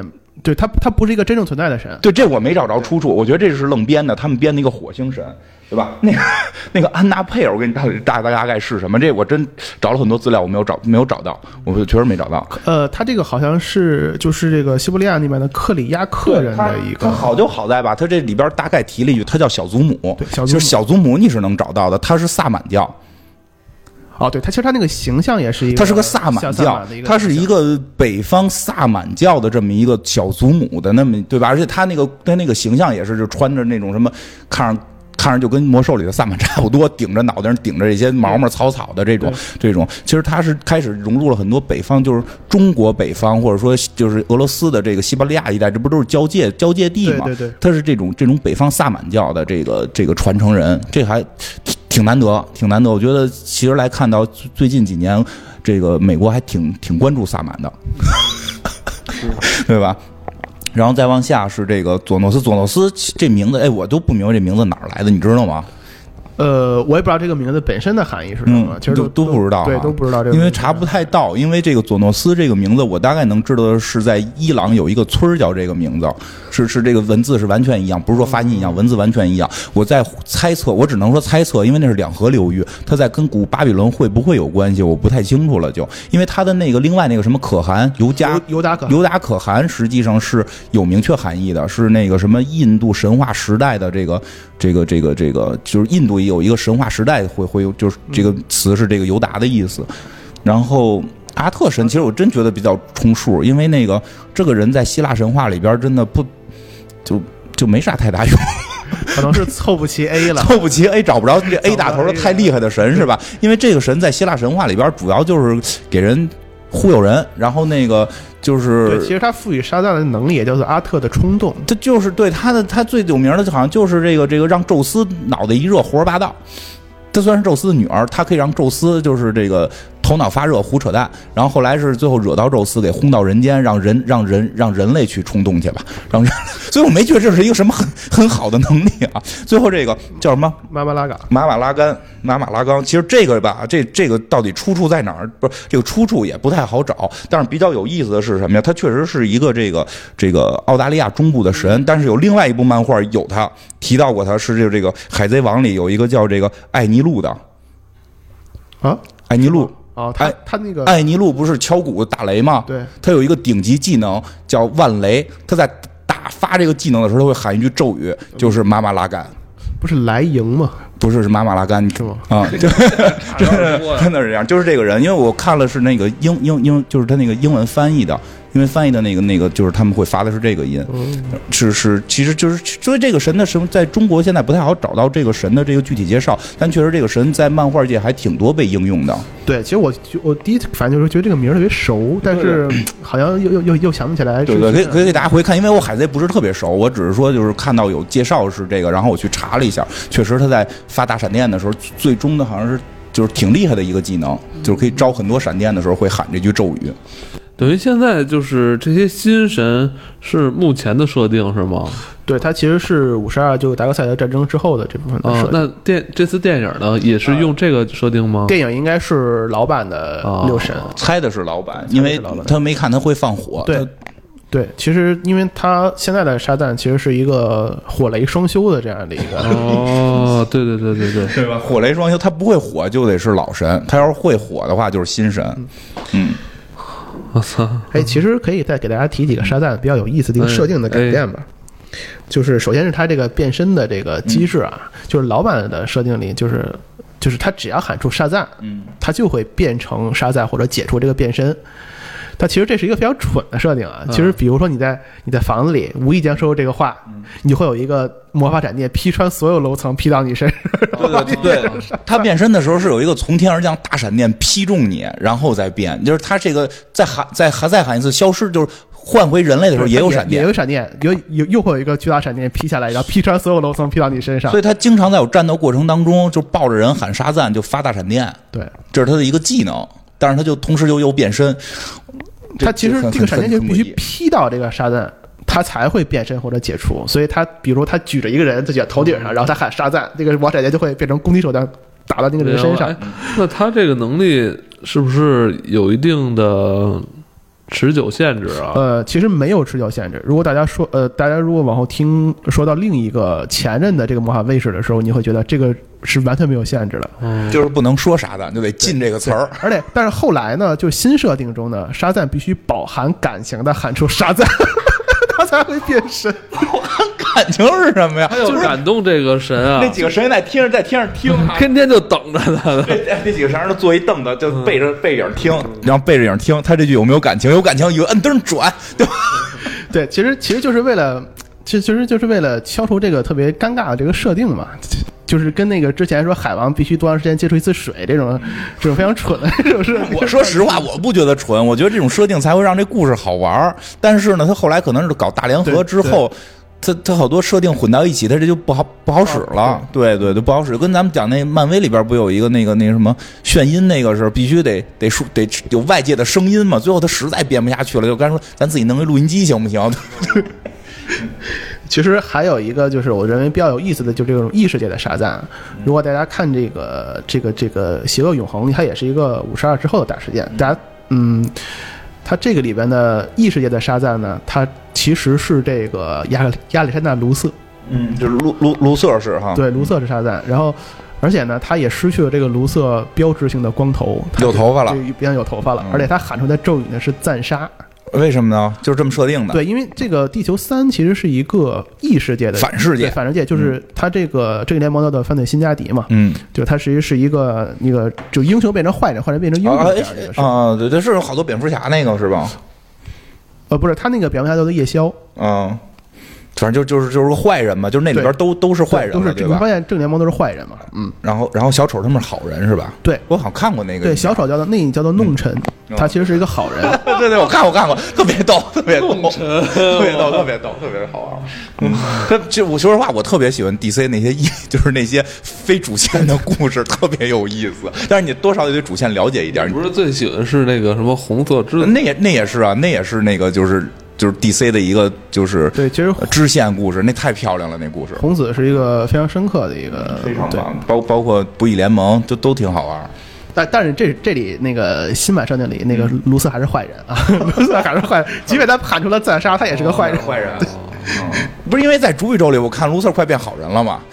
对他不是一个真正存在的神。 对，这我没找着出处，我觉得这是愣编的，他们编的一个火星神，对吧？那个安娜佩尔，我给你大概是什么？这我真找了很多资料，我没有找到，我确实没找到。 他这个好像是就是这个西伯利亚那边的克里亚克人的一个。 他好就好在吧，他这里边大概提了一句，他叫小祖母，就是小祖母你是能找到的，他是萨满教。 哦，对，他其实他那个形象也是一个， 他是个萨满教，他是一个北方萨满教的这么一个小祖母的那么，对吧？而且他那个形象也是就穿着那种什么，看着就跟魔兽里的萨满差不多，顶着脑袋上顶着一些毛毛草草的这种，其实他是开始融入了很多北方，就是中国北方或者说就是俄罗斯的这个西伯利亚一带，这不都是交界地嘛？ 对， 他是这种北方萨满教的这个传承人，这还挺难得。我觉得其实来看到最近几年，这个美国还挺关注萨满的，对吧？然后再往下是这个佐诺斯这名字，我都不明白这名字哪儿来的，你知道吗？ 我也不知道这个名字本身的含义是什么，其实都不知道， 对，都不知道这个， 因为查不太到。因为这个佐诺斯这个名字，我大概能知道的是在伊朗有一个村叫这个名字，是这个文字是完全一样，不是说发音一样，文字完全一样。我在猜测，我只能说猜测，因为那是两河流域，它在跟古巴比伦会不会有关系，我不太清楚了就。因为它的那个另外那个什么可汗尤达可汗，实际上是有明确含义的，是那个什么印度神话时代的这个，就是印度有一个神话时代会有，就是这个词是这个尤达的意思。然后阿特神，其实我真觉得比较充数，因为这个人在希腊神话里边真的不就没啥太大用， 可能是凑不齐 A 了， 凑不齐 A， 找不着这 A 大头的太厉害的神是吧？因为这个神在希腊神话里边主要就是给人忽悠人，然后就是对，其实他赋予撒旦的能力也叫做阿特的冲动， 这就是对他最有名的好像就是这个让宙斯脑袋一热胡说八道。他虽然是宙斯的女儿，他可以让宙斯就是这个头脑发热胡扯淡，然后后来是最后惹到宙斯给轰到人间，让人类去冲动去吧，所以我没觉得这是一个什么很好的能力啊。最后这个叫什么马马拉冈，其实这个吧，这个到底出处在哪儿？不是这个出处也不太好找，但是比较有意思的是什么呀？它确实是一个这个澳大利亚中部的神，但是有另外一部漫画有他提到过，他是这个海贼王里有一个叫这个艾尼路的啊， 艾尼路。 哦，他那个艾尼路不是敲鼓打雷吗？ 对， 他有一个顶级技能叫万雷，他在发这个技能的时候，他会喊一句咒语，就是妈妈拉杆， 不是来营吗？ 不是妈妈拉杆是吗？ 啊，真的是这样，就是这个人，因为我看了是那个英，就是他那个英文翻译的。因为翻译的那个就是他们会发的是这个音，是其实就是所以这个神的神在中国现在不太好找到这个神的这个具体介绍，但确实这个神在漫画界还挺多被应用的。 对，其实我第一反正就是觉得这个名特别熟，但是好像又想不起来。 对，可以给大家回看，因为我海贼不是特别熟，我只是说就是看到有介绍是这个，然后我去查了一下，确实他在发大闪电的时候，最终的好像是就是挺厉害的一个技能，就是可以招很多闪电的时候会喊这句咒语。 等于现在就是这些新神是目前的设定是吗？ 对，它其实是52就达格赛德战争之后的这部分的设定。 那这次电影呢也是用这个设定吗？ 电影应该是老版的六神， 猜的是老版，因为他没看他会放火。 对，其实因为他现在的撒旦其实是一个火雷双修的这样的一个。 哦，对吧？火雷双修，他不会火就得是老神，他要是会火的话就是新神。 我操！ 其实可以再给大家提几个撒旦比较有意思的一个设定的改变吧。就是首先是他这个变身的这个机制啊，就是老版的设定里就是他只要喊出撒旦，他就会变成撒旦或者解除这个变身。但其实这是一个非常蠢的设定啊！其实比如说你在房子里无意间说这个话，你就会有一个魔法闪电劈穿所有楼层，劈到你身上。 对，他变身的时候是有一个从天而降大闪电劈中你，然后再变。就是他这个再喊一次消失，就是换回人类的时候也有闪电， 也有闪电，又会有一个巨大闪电劈下来，然后劈穿所有楼层，劈到你身上。 所以他经常在有战斗过程当中就抱着人喊沙赞，就发大闪电。 对， 这是他的一个技能，但是他就同时又变身。 他其实这个闪电就必须劈到这个沙赞，他才会变身或者解除。所以他比如他举着一个人在头顶上，然后他喊沙赞，这个王闪电就会变成攻击手段打到那个人身上。 那他这个能力是不是有一定的持久限制啊？ 其实没有持久限制。如果大家说，大家如果往后听说到另一个前任的这个魔法卫士的时候，你会觉得这个是完全没有限制的， 就是不能说沙赞，就得禁这个词儿。 而且，但是后来呢，就新设定中呢，沙赞必须饱含感情的喊出沙赞，他才会变身。 饱含感情是什么呀？ 还有感动这个神啊！ 那几个神在天上听， 天天就等着他。 那几个神都坐一凳子，就背影听，然后背着影听。他这句有没有感情？有感情，有摁灯转，对吧？ 对，其实就是为了，其实就是为了消除这个特别尴尬的这个设定嘛。就是跟那个之前说海王必须多长时间接触一次水这种非常蠢的这种设定。 我说实话，我不觉得蠢，我觉得这种设定才会让这故事好玩。但是呢，他后来可能是搞大联合之后，他好多设定混到一起，他这就不好使了。对，不好使。跟咱们讲那漫威里边不有一个那什么炫音那个是必须得有外界的声音嘛？最后他实在编不下去了，就干脆说咱自己弄一录音机行不行？ 其实还有一个就是我认为比较有意思的，就是这种异世界的沙赞。如果大家看这个邪恶永恒，它也是一个52之后的大事件。大家它这个里边的异世界的沙赞呢，它其实是这个亚历山大卢瑟， 就是卢瑟是哈， 对，卢瑟是沙赞。然后而且呢，他也失去了这个卢瑟标志性的光头， 有头发了， 变有头发了。而且他喊出的咒语呢是赞杀。 为什么呢？就是这么设定的。 对，因为这个地球3其实是一个异世界的反世界， 就是它这个联盟的犯罪新加迪嘛，就它其实是一个就英雄变成坏人，坏人变成英雄这样一个啊，对，这是有好多蝙蝠侠那个是吧？ 不是，他那个蝙蝠侠叫做夜宵， 反正就是个坏人嘛，就是那里边都是坏人， 都是对吧？ 你发现正联盟都是坏人嘛， 然后小丑他们是好人是吧？ 对， 我好像看过那个。 对，小丑叫做弄臣，他其实是一个好人。 对，我看过，特别逗，特别逗，特别好玩。我说实话，我特别喜欢 DC 那些就是那些非主线的故事，特别有意思。但是你多少得对主线了解一点。 不是最喜欢是那个什么红色之那也是啊，那也是那个就是 DC 的一个就是对，其实支线故事那太漂亮了，那故事。 红子是一个非常深刻的一个， 非常棒，包括不义联盟都挺好玩。 但是这里那个新版设定里，那个卢瑟还是坏人啊，卢瑟还是坏人，即便他喊出了赞杀，他也是个坏人。 不是因为在主宇宙里，我看卢瑟快变好人了嘛。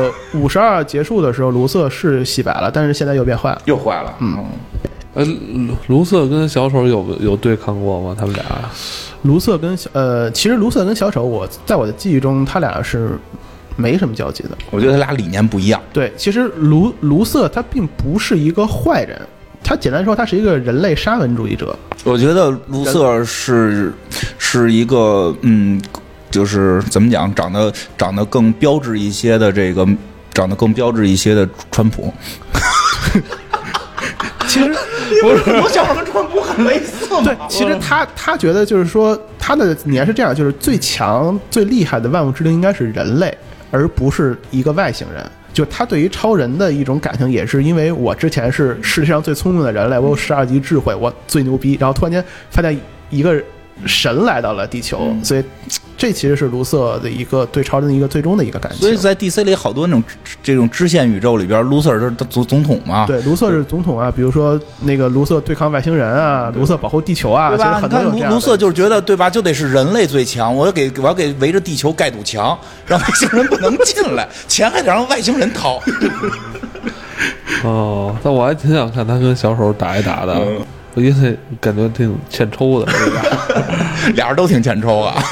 52结束的时候，卢瑟是洗白了，但是现在又变坏了， 又坏了。 卢瑟跟小丑有对抗过吗？他们俩？ 其实卢瑟跟小丑，在我的记忆中，他俩是没什么交集的。 我觉得他俩理念不一样。 对，其实卢瑟他并不是一个坏人，他简单说他是一个人类沙文主义者。 我觉得卢瑟是一个就是怎么讲，长得更标致一些的川普。 其实我小时候跟川普很类似嘛。 对，其实他觉得就是说他的理念是这样，就是最强最厉害的万物之灵应该是人类，而不是一个外星人。就他对于超人的一种感情，也是因为我之前是世界上最聪明的人类，我有12级智慧，我最牛逼，然后突然间发现一个神来到了地球，所以这其实是卢瑟的一个对超人的一个最终的一个感情。 所以在 DC 里好多这种支线宇宙里边，卢瑟是总统嘛？ 对，卢瑟是总统啊，比如说那个卢瑟对抗外星人啊，卢瑟保护地球啊， 对吧？ 很多你看卢瑟就是觉得对吧，就得是人类最强，我要给围着地球盖堵墙，让外星人不能进来，钱还得让外星人掏。 但我还挺想看他跟小丑打一打的。我因为感觉挺欠抽的， 俩人都挺欠抽啊。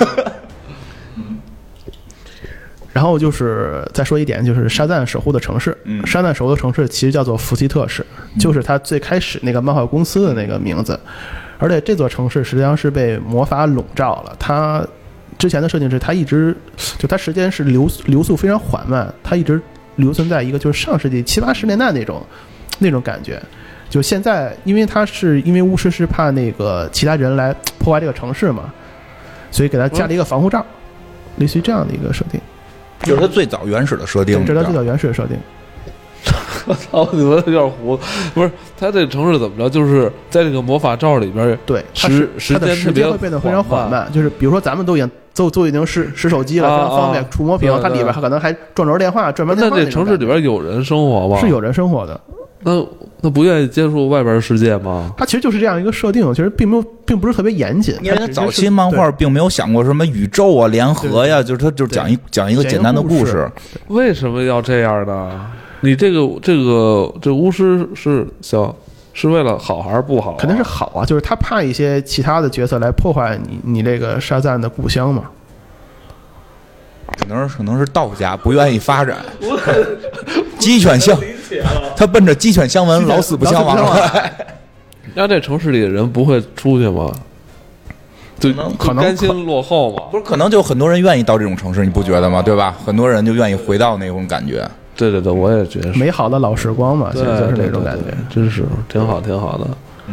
然后就是再说一点，就是沙赞守护的城市，沙赞守护的城市其实叫做福希特市，就是他最开始那个漫画公司的那个名字。而且这座城市实际上是被魔法笼罩了，它之前的设定是它一直就它时间是流速非常缓慢，它一直留存在一个就是上世纪70、80年代那种感觉。就现在，因为巫师是怕那个其他人来破坏这个城市嘛，所以给他加了一个防护罩，类似于这样的一个设定。 就是他最早原始的设定， 这是他最早原始的设定。 我操，你们有点糊。不是，他这个城市怎么着？就是在这个魔法罩里边， 对， 时间会变得非常缓慢。就是比如说，咱们都已经都已经是手机了，非常方便，触摸屏，它里边可能还转轴电话、转门电话。 那这城市里边有人生活吗？ 是有人生活的。 那不愿意接触外边的世界吗？ 它其实就是这样一个设定，其实并不是特别严谨。 因为它早期漫画并没有想过什么宇宙啊、联合呀，就是它就是讲一个简单的故事。 为什么要这样呢？你这巫师是为了好还是不好？ 肯定是好啊，就是他派一些其他的角色来破坏你这个沙赞的故乡嘛。 可能是道家不愿意发展，鸡犬相，他奔着鸡犬相闻，老死不相往来。 那这城市里的人不会出去吗？可能甘心落后嘛？ 不是，可能就很多人愿意到这种城市，你不觉得吗？对吧？很多人就愿意回到那种感觉。 对，我也觉得美好的老时光嘛，其实就是那种感觉， 真是挺好的。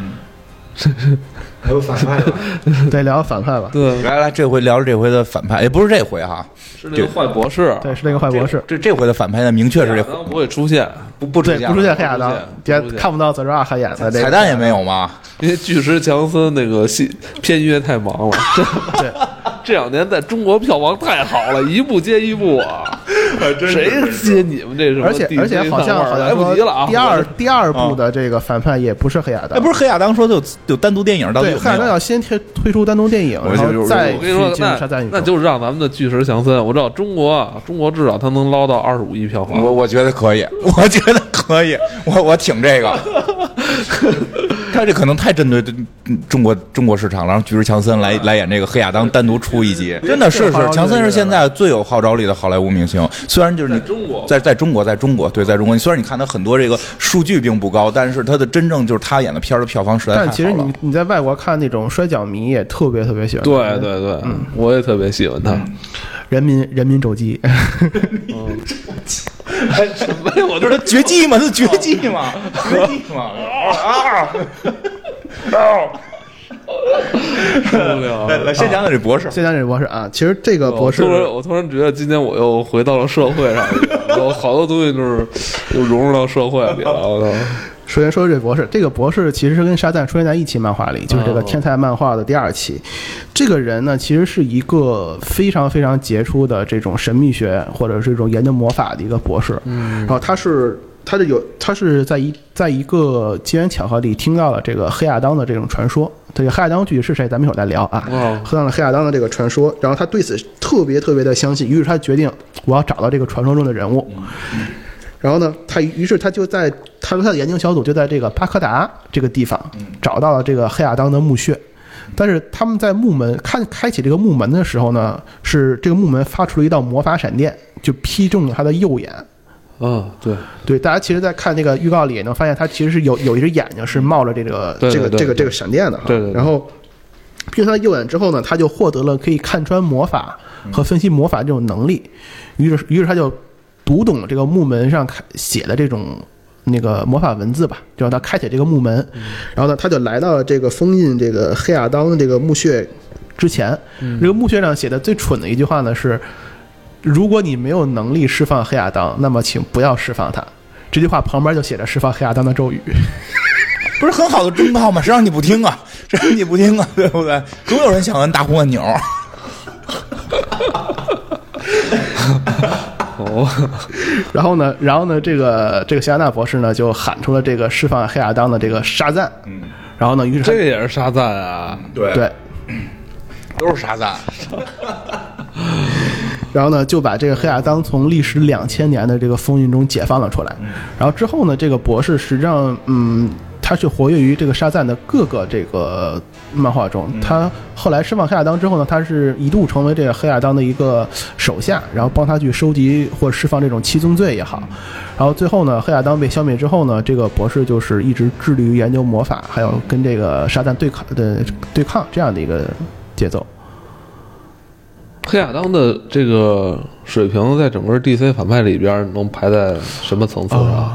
还有反派吧？ 对，聊反派吧。 对， 来，这回聊这回的反派，也不是这回哈， 是那个坏博士。 对，是那个坏博士。 这回的反派呢，明确是这不会出现， 不出现黑亚当，也看不到泽尔汉演的这彩蛋也没有吗？ 因为巨石强森那个片约太忙了。 对， 这2年在中国票房太好了，一部接一部啊！谁接你们这什么？ 而且好像来不及了啊！ 第二部的这个反派也不是黑亚当， 那不是黑亚当说有单独电影，到底有黑亚当要先推出单独电影，然后再我跟你说，那就是让咱们的巨石强森，我知道中国至少他能捞到25亿票房， 我觉得可以，我挺这个。他这可能太针对中国市场了，让巨石强森来演这个黑亚当单独出一集，真的是强森是现在最有号召力的好莱坞明星。虽然就是你在中国，对，在中国，虽然你看他很多这个数据并不高，但是他的真正就是他演的片的票房实在太好了。 但其实你在外国看那种摔跤迷也特别喜欢。 对，我也特别喜欢他。 人民肘击。 什么呀？我这是绝技吗？是绝技吗？受不了！来，先讲讲这博士啊。其实这个博士， 我突然觉得今天我又回到了社会上，有好多东西就是又融入到社会里了。我操！ 首先说这个博士其实是跟沙赞出现在一期漫画里，就是这个天才漫画的第2期。这个人呢，其实是一个非常杰出的这种神秘学或者是这种研究魔法的一个博士。然后他是在一个机缘巧合里听到了这个黑亚当的这种传说。这个黑亚当具体是谁，咱们一会儿再聊啊。喝到了黑亚当的这个传说，然后他对此特别的相信，于是他决定我要找到这个传说中的人物。然后呢，于是他的研究小组就在这个巴克达这个地方找到了这个黑亚当的墓穴。但是他们在墓门开启这个墓门的时候呢，是这个墓门发出了一道魔法闪电，就劈中了他的右眼。对，大家其实在看那个预告里也能发现，他其实是有一只眼睛是冒着这个闪电的哈。 对。 然后劈中他的右眼之后呢，他就获得了可以看穿魔法和分析魔法这种能力。于是他就读懂了这个墓门上写的这种那个魔法文字吧，就让他开启这个墓门。然后呢，他就来到了这个封印这个黑亚当的这个墓穴之前。这个墓穴上写的最蠢的一句话呢是：如果你没有能力释放黑亚当，那么请不要释放他。这句话旁边就写着释放黑亚当的咒语。 不是很好的忠告吗？谁让你不听啊？对不对？总有人想按大红按钮。 然后呢，这个谢亚纳博士呢就喊出了这个释放黑亚当的这个沙赞。然后呢，于是这也是沙赞啊？ 对，都是沙赞。 然后呢，就把这个黑亚当从历时2000年的这个封印中解放了出来。然后之后呢，这个博士实际上，他是活跃于这个沙赞的各个这个漫画中。他后来释放黑亚当之后呢，他是一度成为这个黑亚当的一个手下，然后帮他去收集或释放这种七宗罪也好。然后最后呢，黑亚当被消灭之后呢，这个博士就是一直致力于研究魔法，还有跟这个沙赞对抗这样的一个节奏。 黑亚当的这个水平在整个 DC 反派里边能排在什么层次上？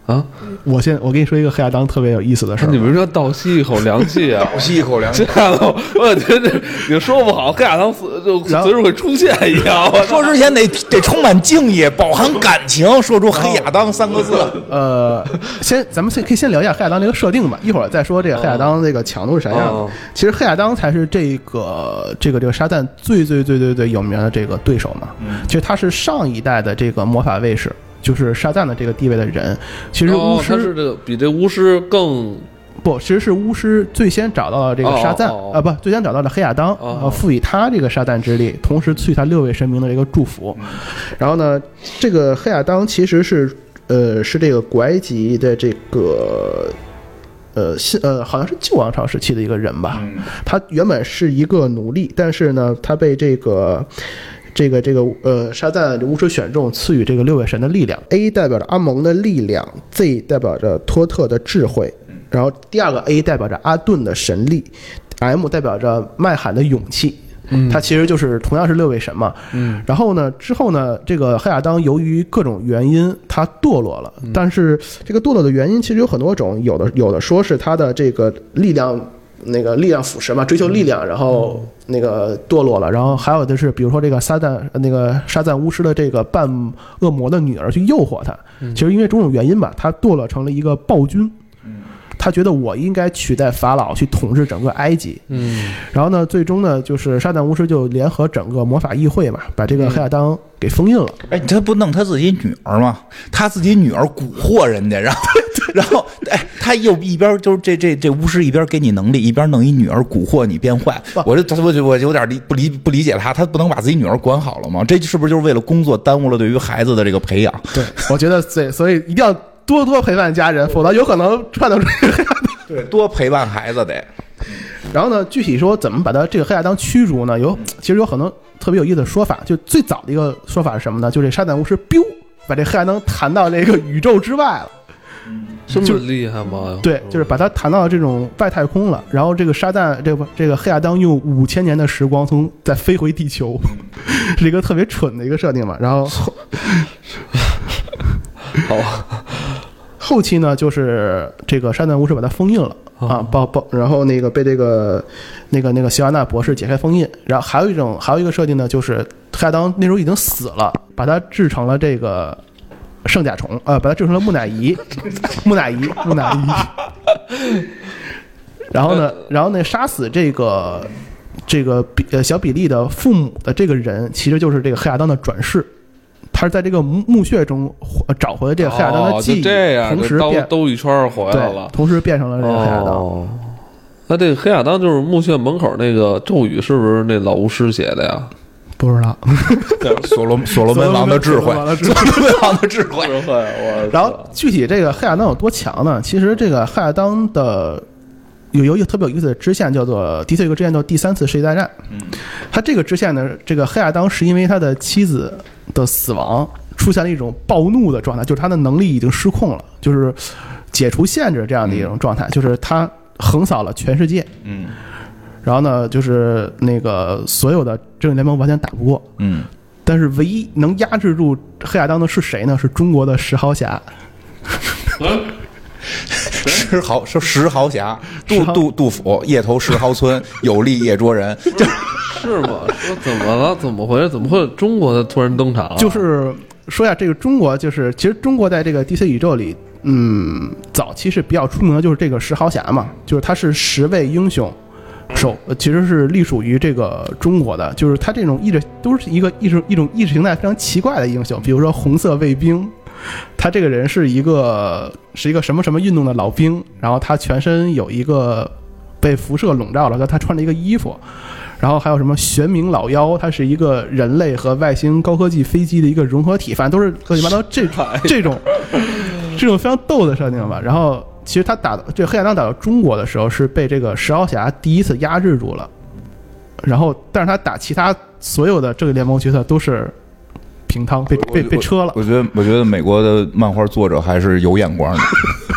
啊， 我跟你说一个黑亚当特别有意思的事儿。 你们说倒吸一口凉气啊， 倒吸一口凉气， 这样的我觉得你说不好，黑亚当就随时会出现一样。 说之前得充满敬意，饱含感情，说出黑亚当3个字。 咱们可以先聊一下黑亚当这个设定吧，一会儿再说这个黑亚当这个强度是啥样的。其实黑亚当才是这个沙赞最有名的这个对手嘛。其实他是上一代的这个魔法卫士。就是沙赞的这个地位的人，其实巫师他是这个比这巫师更不，其实是巫师最先找到了这个沙赞不，最先找到了黑亚当，赋予他这个沙赞之力，同时赐予他6位神明的这个祝福。然后呢，这个黑亚当其实是这个古埃及的这个好像是旧王朝时期的一个人吧。他原本是一个奴隶，但是呢，他被这个沙赞巫师选中，赐予这个6位神的力量。A 代表着阿蒙的力量 ，Z 代表着托特的智慧，然后第二个 A 代表着阿顿的神力 ，M 代表着麦罕的勇气。它其实就是同样是6位神嘛。然后呢，之后呢，这个黑亚当由于各种原因，他堕落了。但是这个堕落的原因其实有很多种，有的说是他的这个力量腐蚀嘛，追求力量，然后那个堕落了。然后还有的是，比如说这个沙赞巫师的这个半恶魔的女儿去诱惑他。其实因为种种原因吧，他堕落成了一个暴君。他觉得我应该取代法老去统治整个埃及。然后呢，最终呢，就是沙赞巫师就联合整个魔法议会嘛，把这个黑亚当给封印了。 他不弄他自己女儿吗？他自己女儿蛊惑人家，然后他又一边就是这巫师一边给你能力，一边弄一女儿蛊惑你变坏。我有点不理解他不能把自己女儿管好了吗？这是不是就是为了工作耽误了对于孩子的这个培养？ 对，我觉得所以一定要多陪伴家人，否则有可能串得出黑亚当。 对，多陪伴孩子得。 然后呢，具体说怎么把他这个黑亚当驱逐呢？其实有很多特别有意思的说法。就最早的一个说法是什么呢？就这沙赞巫师 biu 把这黑亚当弹到这个宇宙之外了。 这么厉害吗？ 对，就是把它弹到这种外太空了。然后这个这个黑亚当用5000年的时光再飞回地球，是一个特别蠢的一个设定嘛。然后后期呢，就是这个沙赞巫师把它封印了然后那个被这个希瓦纳博士解开封印。然后还有一个设定呢，就是黑亚当那时候已经死了，把它制成了这个圣甲虫把它制成了木乃伊。然后呢，杀死这个小比利的父母的这个人，其实就是这个黑亚当的转世。他是在这个墓穴中找回了这个黑亚当的记忆，同时兜一圈回来了， 同时变成了这个黑亚当。 那这个黑亚当就是墓穴门口那个咒语，是不是那老巫师写的呀？ 不知道。 所罗门王的智慧， 然后具体这个黑亚当有多强呢？其实这个黑亚当的有一个特别有意思的支线，叫做的确有个支线叫第3次世界大战。他这个支线呢，这个黑亚当是因为他的妻子的死亡出现了一种暴怒的状态，就是他的能力已经失控了，就是解除限制这样的一种状态，就是他横扫了全世界。然后呢，就是那个所有的正义联盟完全打不过。但是唯一能压制住黑亚当的是谁呢？是中国的石豪侠。 石豪侠，杜甫，夜投石豪村，有力夜捉人。 是吗？说怎么了？怎么回事？怎么会中国的突然登场？ 就是说一下这个中国，就是其实中国在这个 DC 宇宙里，早期是比较出名的，就是这个石豪侠嘛，就是他是10位英雄其实是隶属于这个中国的，就是他这种都是一种意识形态非常奇怪的英雄，比如说红色卫兵。他这个人是一个什么运动的老兵，然后他全身有一个被辐射笼罩了，他穿着一个衣服。然后还有什么玄冥老妖，他是一个人类和外星高科技飞机的一个融合体，反正都是乱七八糟这种非常逗的设定吧。然后其实他这黑亚当打到中国的时候是被这个石豪侠第一次压制住了，然后但是他打其他所有的正义联盟角色都是平汤被车了。 我觉得美国的漫画作者还是有眼光的。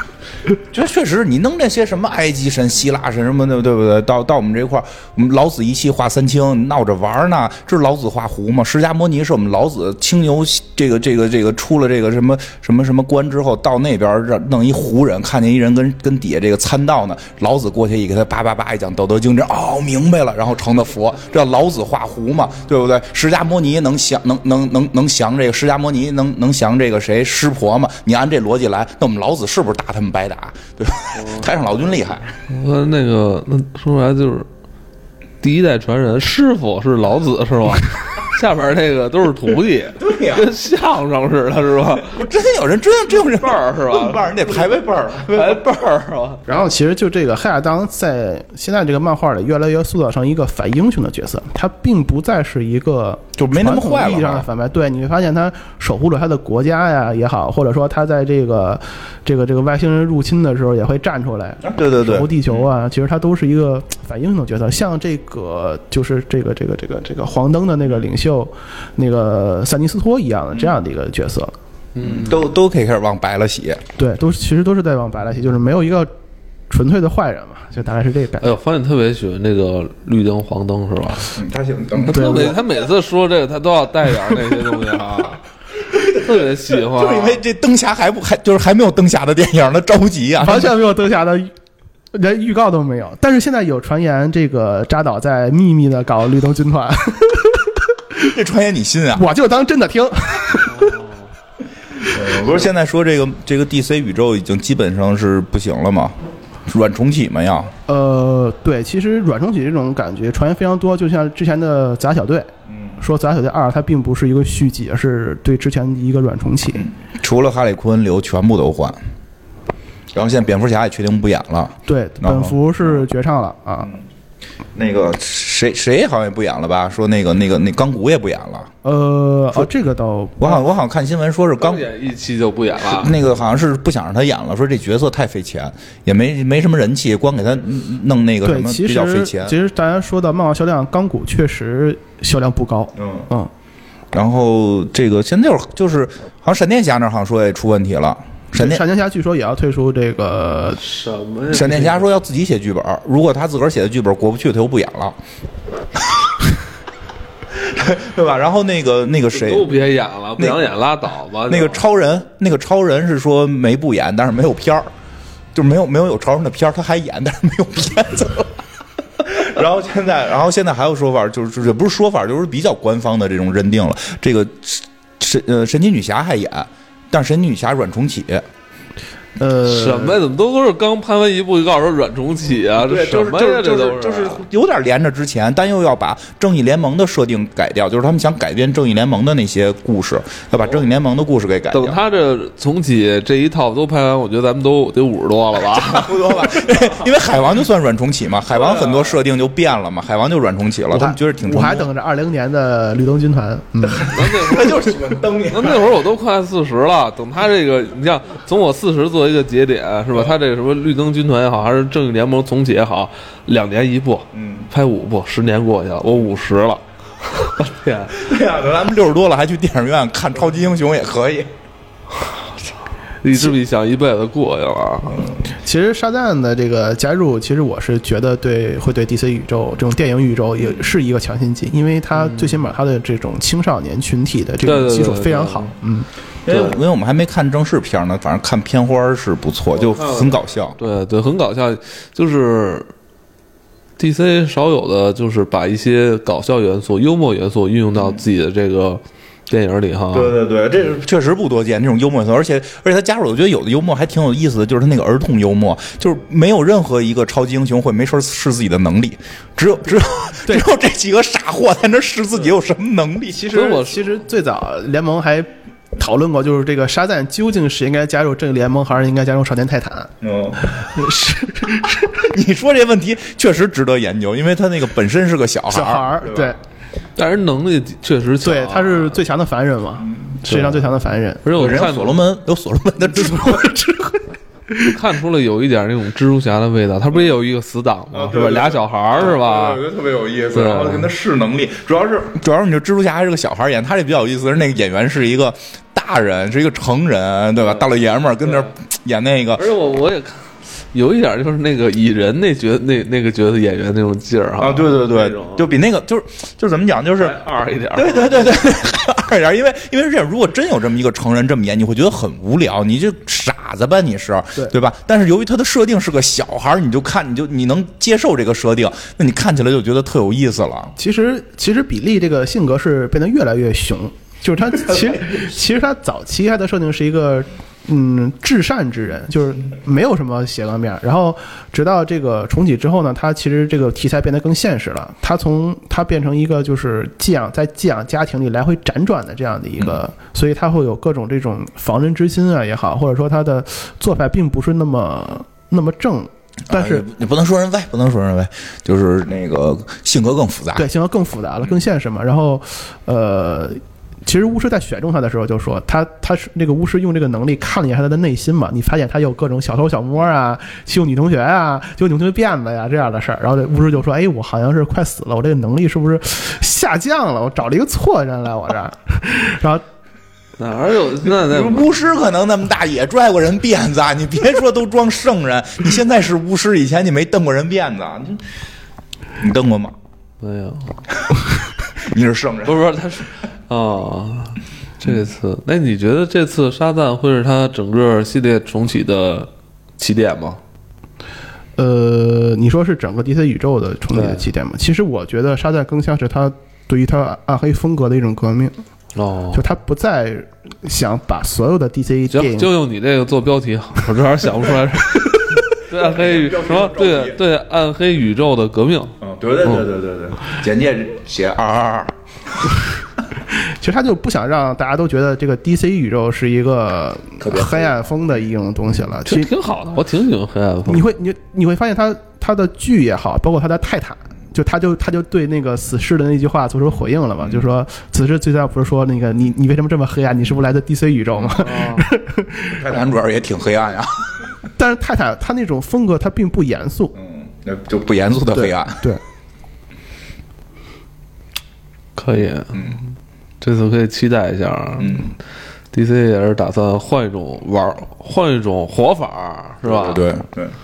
就确实，你弄这些什么埃及神、希腊神什么的，对不对？到我们这块儿，我们老子一气化三清，闹着玩呢。这是老子画胡嘛？释迦摩尼是我们老子清牛这个出了这个什么关之后，到那边让弄一胡人，看见一人跟底下这个参道呢，老子过去一给他叭一讲《道德经》，这明白了，然后成的佛，这叫老子画胡嘛，对不对？释迦摩尼能降这个释迦摩尼能降这个谁湿婆嘛？你按这逻辑来，那我们老子是不是打他们白打？对吧？太上老君厉害。 我那说出来就是第一代传人，师傅是老子是吧？下边那个都是徒弟， 对呀， 跟相声似的，是吧？ 真有人辈儿是吧？ 辈儿，你得排辈儿是吧？ 然后其实就这个黑亚当在现在这个漫画里越来越塑造成一个反英雄的角色，他并不再是一个就没那么坏了意义上的反派。对，你会发现他守护了他的国家呀也好，或者说他在这个外星人入侵的时候也会站出来， 对， 守护地球啊。其实他都是一个反英雄的角色，像这个就是这个黄灯的那个领袖。那个萨尼斯托一样的这样的一个角色， 都可以开始往白了洗，对， 其实都是在往白了洗，就是没有一个纯粹的坏人嘛，就大概是这个感觉。 哎呦，发现特别喜欢那个绿灯黄灯是吧？ 他喜欢灯， 他每次说这个他都要带点那些东西啊，特别喜欢， 就是因为这灯侠还没有灯侠的电影，他着急啊， 完全没有灯侠的。连预告都没有，但是现在有传言，这个扎导在秘密的搞绿灯军团。 这传言你信啊？ 我就当真的听。 不是现在说这个 DC 宇宙已经基本上是不行了吗？软重启嘛要？ 对，其实软重启这种感觉传言非常多，就像之前的杂小队，说杂小队2它并不是一个续集，而是对之前一个软重启。 除了哈里坤留，全部都换。然后现在蝙蝠侠也确定不演了， 对，本福是绝唱了啊。 那个谁好像也不演了吧？说那钢骨也不演了。 这个倒我好像看新闻说是刚演一期就不演了。 那个好像是不想让他演了，说这角色太费钱，也没什么人气，光给他弄那个什么比较费钱。 其实大家说到漫画销量，钢骨确实销量不高。 然后这个现在就是好像闪电侠那好像说也出问题了。闪电侠据说也要退出这个什么？ 闪电侠说要自己写剧本，如果他自个儿写的剧本过不去，他就不演了，对吧？然后那个谁都别演了，不想演拉倒吧。 那个超人是说没不演，但是没有片儿，就没有超人的片儿，他还演，但是没有片子。然后现在还有说法，就是也不是说法，就是比较官方的这种认定了，这个神奇女侠还演。但是神奇女侠软重启， 什么呀？怎么都是刚拍完一部就告诉说软重启啊？这什么呀？这都就是有点连着之前，但又要把正义联盟的设定改掉，就是他们想改编正义联盟的那些故事，要把正义联盟的故事给改掉。 等他这重启这一套都拍完，我觉得咱们都得50多了吧？ 差不多吧，因为海王就算软重启嘛，海王很多设定就变了嘛，海王就软重启了，他们觉得挺成功。 我还等着20年的绿灯军团， 他就是喜欢灯。 那会儿我都快40了，等他这个，你像从我40做一个节点是吧？他这个什么绿灯军团也好，还是正义联盟重启也好，2年一部，拍5部，10年过去了，我50了，天， 对呀，咱们60多了还去电影院看超级英雄也可以。 你这么一想，一辈子过去了。 其实沙赞的这个加入，其实我是觉得会对 DC 宇宙这种电影宇宙也是一个强心剂，因为它最起码它的这种青少年群体的这种基础非常好。 因为我们还没看正式片呢，反正看片花是不错，就很搞笑。 对，很搞笑，就是 DC 少有的就是把一些搞笑元素、幽默元素运用到自己的这个电影里哈。 对，这确实不多见这种幽默元素，而且他加入，我觉得有的幽默还挺有意思的，就是他那个儿童幽默，就是没有任何一个超级英雄会没事试自己的能力，只有这几个傻货在那试自己有什么能力。 其实最早联盟还讨论过，就是这个沙赞究竟是应该加入正义联盟，还是应该加入少年泰坦？ 你说这问题确实值得研究，因为他那个本身是个小孩， 对， 但是能力确实强， 对，他是最强的凡人嘛，世界上最强的凡人。 而且我看所罗门的智慧， 看出了有一点那种蜘蛛侠的味道。他不是也有一个死党吗？是吧？俩小孩是吧？ 我觉得特别有意思。然后跟他试能力，主要是你这蜘蛛侠还是个小孩演，他这比较有意思。是那个演员是一个大大人，是一个成人，对吧？大老爷们儿跟那演那个， 而且我也看。有一点就是那个蚁人那个角色演员那种劲儿啊，对对对，就比那个就是怎么讲，就是二一点， 对对对对，二一点，因为是这样，如果真有这么一个成人这么演，你会觉得很无聊，你这傻子吧你是，对吧？但是由于他的设定是个小孩，你能接受这个设定，那你看起来就觉得特有意思了。 其实比利这个性格是变得越来越熊，就是他其实他早期他的设定是一个。至善之人，就是没有什么邪恶面。然后直到这个重启之后呢，他其实这个题材变得更现实了。他变成一个就是在寄养家庭里来回辗转的这样的一个，所以他会有各种这种防人之心啊也好，或者说他的做法并不是那么正。但是你不能说人歪，就是那个性格更复杂， 对，性格更复杂了，更现实嘛。然后其实巫师在选中他的时候就说他是那个巫师用这个能力看了一眼他的内心嘛，你发现他有各种小偷小摸啊，欺负女同学啊，就女同学辫子呀这样的事儿。然后这巫师就说：“哎，我好像是快死了，我这个能力是不是下降了？我找了一个错人来我这儿。”然后哪有那巫师可能那么大也拽过人辫子，你别说都装圣人，你现在是巫师，以前你没蹬过人辫子，你蹬过吗？ 没有。 你是圣人？ 不是，他是这次，那你觉得这次沙赞会是他整个系列重启的起点吗？ 你说是整个 DC 宇宙的重启的起点吗？其实我觉得沙赞更像是他对于他暗黑风格的一种革命。就他不再想把所有的 DC 电影就用你这个做标题，我这还想不出来。对暗黑什么？对暗黑宇宙的革命。 对，简介写222。 其实他就不想让大家都觉得这个 DC 宇宙是一个黑暗风的一种东西了。其实挺好的，我挺喜欢黑暗风。 你会发现他的剧也好，包括他的泰坦。就他就对那个死侍的那句话做出回应了嘛，就是说死侍最早不是说那个你为什么这么黑暗？你是不是来自 DC 宇宙吗？ 泰坦主要也挺黑暗呀。 但是泰坦他那种风格他并不严肃， 就不严肃的黑暗。 对， 可以，这次可以期待一下。DC 也是打算换一种活法，是吧？ 对。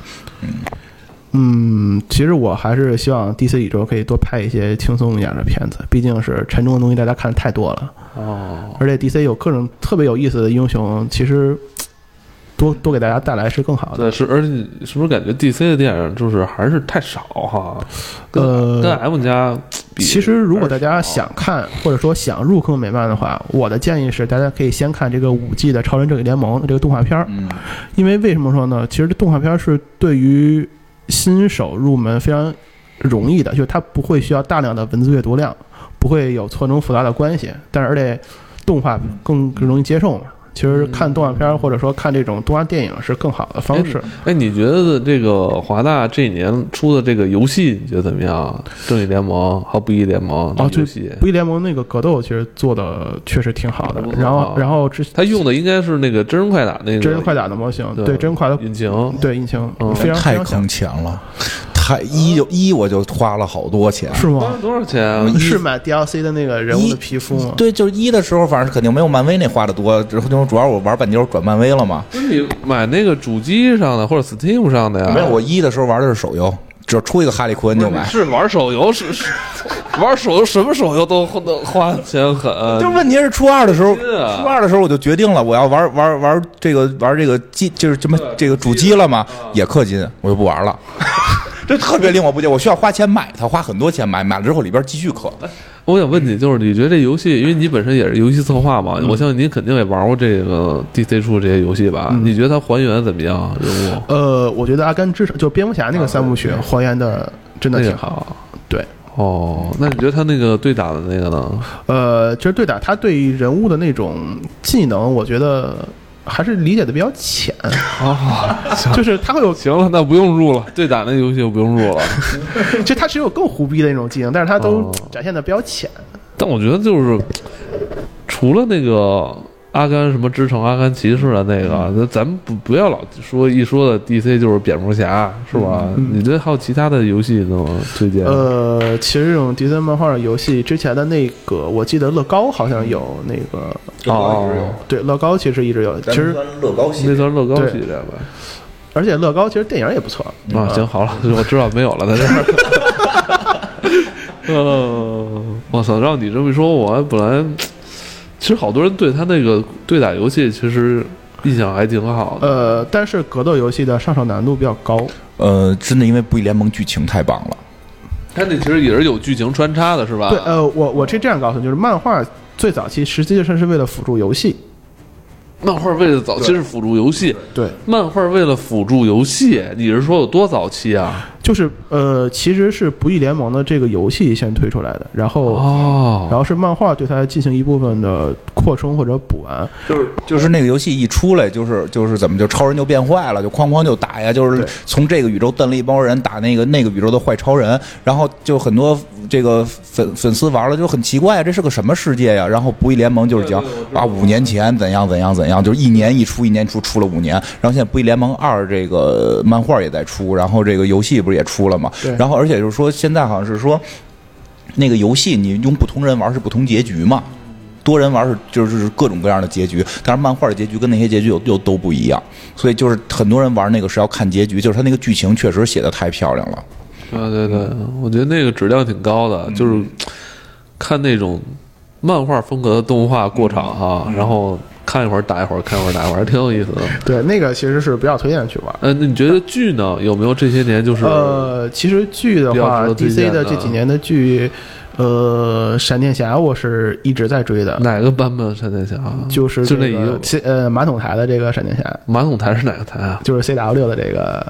其实我还是希望 DC 宇宙可以多拍一些轻松一点的片子，毕竟是沉重的东西大家看太多了。而且 DC 有各种特别有意思的英雄，其实多给大家带来是更好的。 对，而且是不是感觉 DC 的电影就是还是太少哈？跟 M 家比， 其实如果大家想看或者说想入坑美漫的话，我的建议是大家可以先看这个5季的《超人正义联盟》的这个动画片。因为为什么说呢？其实这动画片是对于新手入门非常容易的，就是它不会需要大量的文字阅读量，不会有错综复杂的关系，但是而且动画更容易接受嘛。其实看动画片或者说看这种动画电影是更好的方式。 你觉得这个华纳这一年出的这个游戏你觉得怎么样？正义联盟和不义联盟游戏， 不义联盟那个格斗其实做的确实挺好的。然后他用的应该是那个真人快打那个真人快打的模型，对真人快打引擎， 对引擎非常太坑钱了。我就花了好多钱， 是吗？ 多少钱啊？ 是买 DLC 的那个人物的皮肤吗？ 对，就是的时候，反正肯定没有漫威那花的多。之后主要我玩半截转漫威了嘛。 不是你买那个主机上的或者 Steam 上的呀？ 没有，我的时候玩的是手游，只要出一个哈利奎恩就买。 是玩手游是玩手游，什么手游都花钱狠。 就问题是初二的时候，我就决定了我要玩这个机，就是什么这个主机了嘛，也氪金，我就不玩了。这特别令我不解，我需要花钱买它，花很多钱买了之后里边继续氪。 我想问你，就是你觉得这游戏，因为你本身也是游戏策划嘛，我相信你肯定也玩过这个 DC 出这些游戏吧？你觉得它还原怎么样？人物？我觉得阿甘至少就蝙蝠侠那个3部曲还原的真的挺好。对。 那你觉得他那个对打的那个呢？ 就是对打，他对人物的那种技能，我觉得还是理解的比较浅就是他会有行了，那不用入了，对打那游戏就不用入了。 就他只有更胡逼的那种技能，但是他都展现的比较浅。 但我觉得就是除了那个阿甘什么之城、阿甘骑士的那个，咱们不要老说一说的 DC 就是蝙蝠侠，是吧？你这还有其他的游戏能推荐？ 其实这种 DC 漫画的游戏，之前的那个我记得乐高好像有那个对，乐高其实一直有，其实乐高系那算乐高系列吧。 而且乐高其实电影也不错啊。行，好了，我知道没有了，在这儿。我操！让你这么一说，我本来其实好多人对他那个对打游戏其实印象还挺好的。但是格斗游戏的上手难度比较高。 真的因为不义联盟剧情太棒了。 它那其实也是有剧情穿插的，是吧？ 对，我是这样告诉你，就是漫画最早期实际上是为了辅助游戏。 漫画为了早期是辅助游戏， 对， 漫画为了辅助游戏，你是说有多早期啊？ 就是其实是不义联盟的这个游戏先推出来的，然后是漫画对它进行一部分的扩充或者补完。 就是那个游戏一出来，就是怎么就超人就变坏了，就哐哐就打呀，就是从这个宇宙蹬了一帮人打那个宇宙的坏超人，然后就很多这个粉丝玩了就很奇怪，这是个什么世界呀？然后不义联盟就是讲5年前怎样，就是一年一出出了5年，然后现在不义联盟2这个漫画也在出，然后这个游戏不是也出了嘛？然后而且就是说现在好像是说那个游戏你用不同人玩是不同结局嘛，多人玩就是各种各样的结局，但是漫画的结局跟那些结局又都不一样，所以就是很多人玩那个是要看结局，就是他那个剧情确实写得太漂亮了。 对，我觉得那个质量挺高的，就是看那种漫画风格的动画过场哈，然后看一会儿打一会儿，看一会儿打一会儿，挺有意思的。 对，那个其实是比较推荐去玩。 那你觉得剧呢？有没有这些年就是其实剧的话 ，DC 的这几年的剧，闪电侠我是一直在追的。 哪个版本闪电侠？ 就是就那一个马桶台的这个闪电侠。 马桶台是哪个台啊？ 就是 CW 的这个。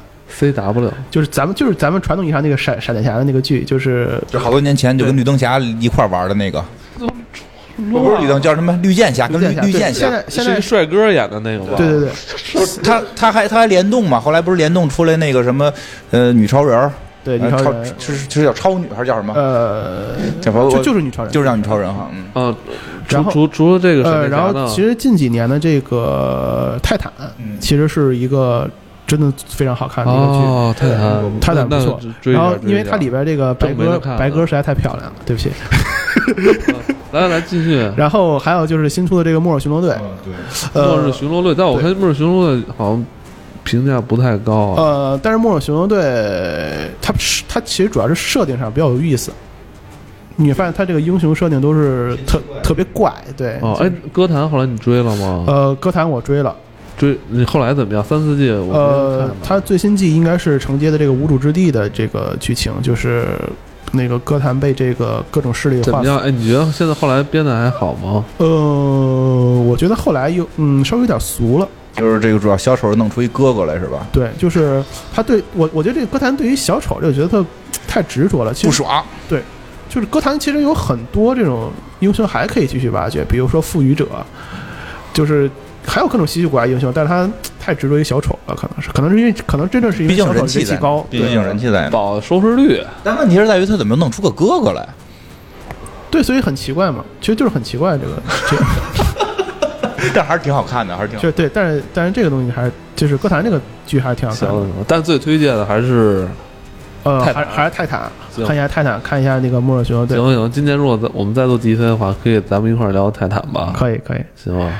CW 就是咱们传统意义上那个闪电侠的那个剧，就好多年前就跟绿灯侠一块玩的那个。不是绿灯，叫什么绿箭侠？跟绿箭侠现在帅哥演的那个吧？ 对， 他还联动嘛？后来不是联动出来那个什么女超人？ 对，女超人是叫超女还是叫什么？ 就是女超人， 就是叫女超人哈。 然后除了这个然后其实近几年的这个泰坦，其实是一个真的非常好看的一个剧。泰坦不错。然后因为它里边这个白鸽实在太漂亮了，对不起。 来继续。 然后还有就是新出的这个末日巡逻队。 末日巡逻队，但我看末日巡逻队好像评价不太高。 但是末日巡逻队它其实主要是设定上比较有意思。你发现它这个英雄设定都是特别怪，对。 歌坛后来你追了吗？ 歌坛我追了。 你后来怎么样？3、4季它最新季应该是承接的这个无主之地的这个剧情，就是那个歌坛被这个各种势力怎么样？你觉得现在后来编的还好吗？ 我觉得后来稍微有点俗了。 就是这个主要小丑弄出一哥哥来是吧？ 对，就是他对我觉得这个歌坛对于小丑这个角色太执着了，其实不爽。 对，就是歌坛其实有很多这种英雄还可以继续挖掘，比如说赋予者，就是还有各种稀奇古怪英雄，但是他太执着于小丑了，可能真正是因为小丑人气高， 毕竟人气在保收视率。 但问题是在于他怎么弄出个哥哥来？ 对，所以很奇怪嘛，其实就是很奇怪这个。 但还是挺好看的，还是挺好看的。 对，但是这个东西还是就是歌坛这个剧还是挺好看的。 但最推荐的还是还是泰坦，看一下泰坦，看一下那个末日巡逻队。 行，今天如果我们再做 DC 的话，可以咱们一块聊泰坦吧？ 可以， 行吧。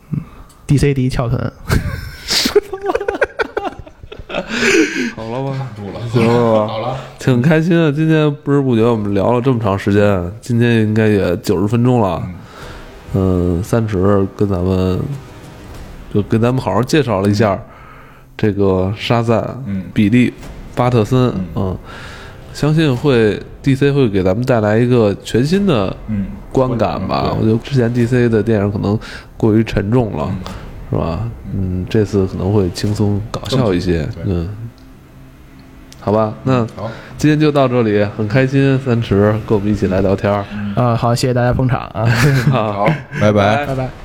DC 第一翘臀。 好了吧，行了吧， 好了， 挺开心的。今天不知不觉我们聊了这么长时间，今天应该也90分钟了。三池跟咱们好好介绍了一下这个沙赞、比利、巴特森，相信DC 会给咱们带来一个全新的观感吧。我觉得之前 DC 的电影可能过于沉重了，是吧？这次可能会轻松搞笑一些。好吧，那今天就到这里，很开心三池跟我们一起来聊天。 好，谢谢大家捧场啊。 好， 拜拜， 拜拜。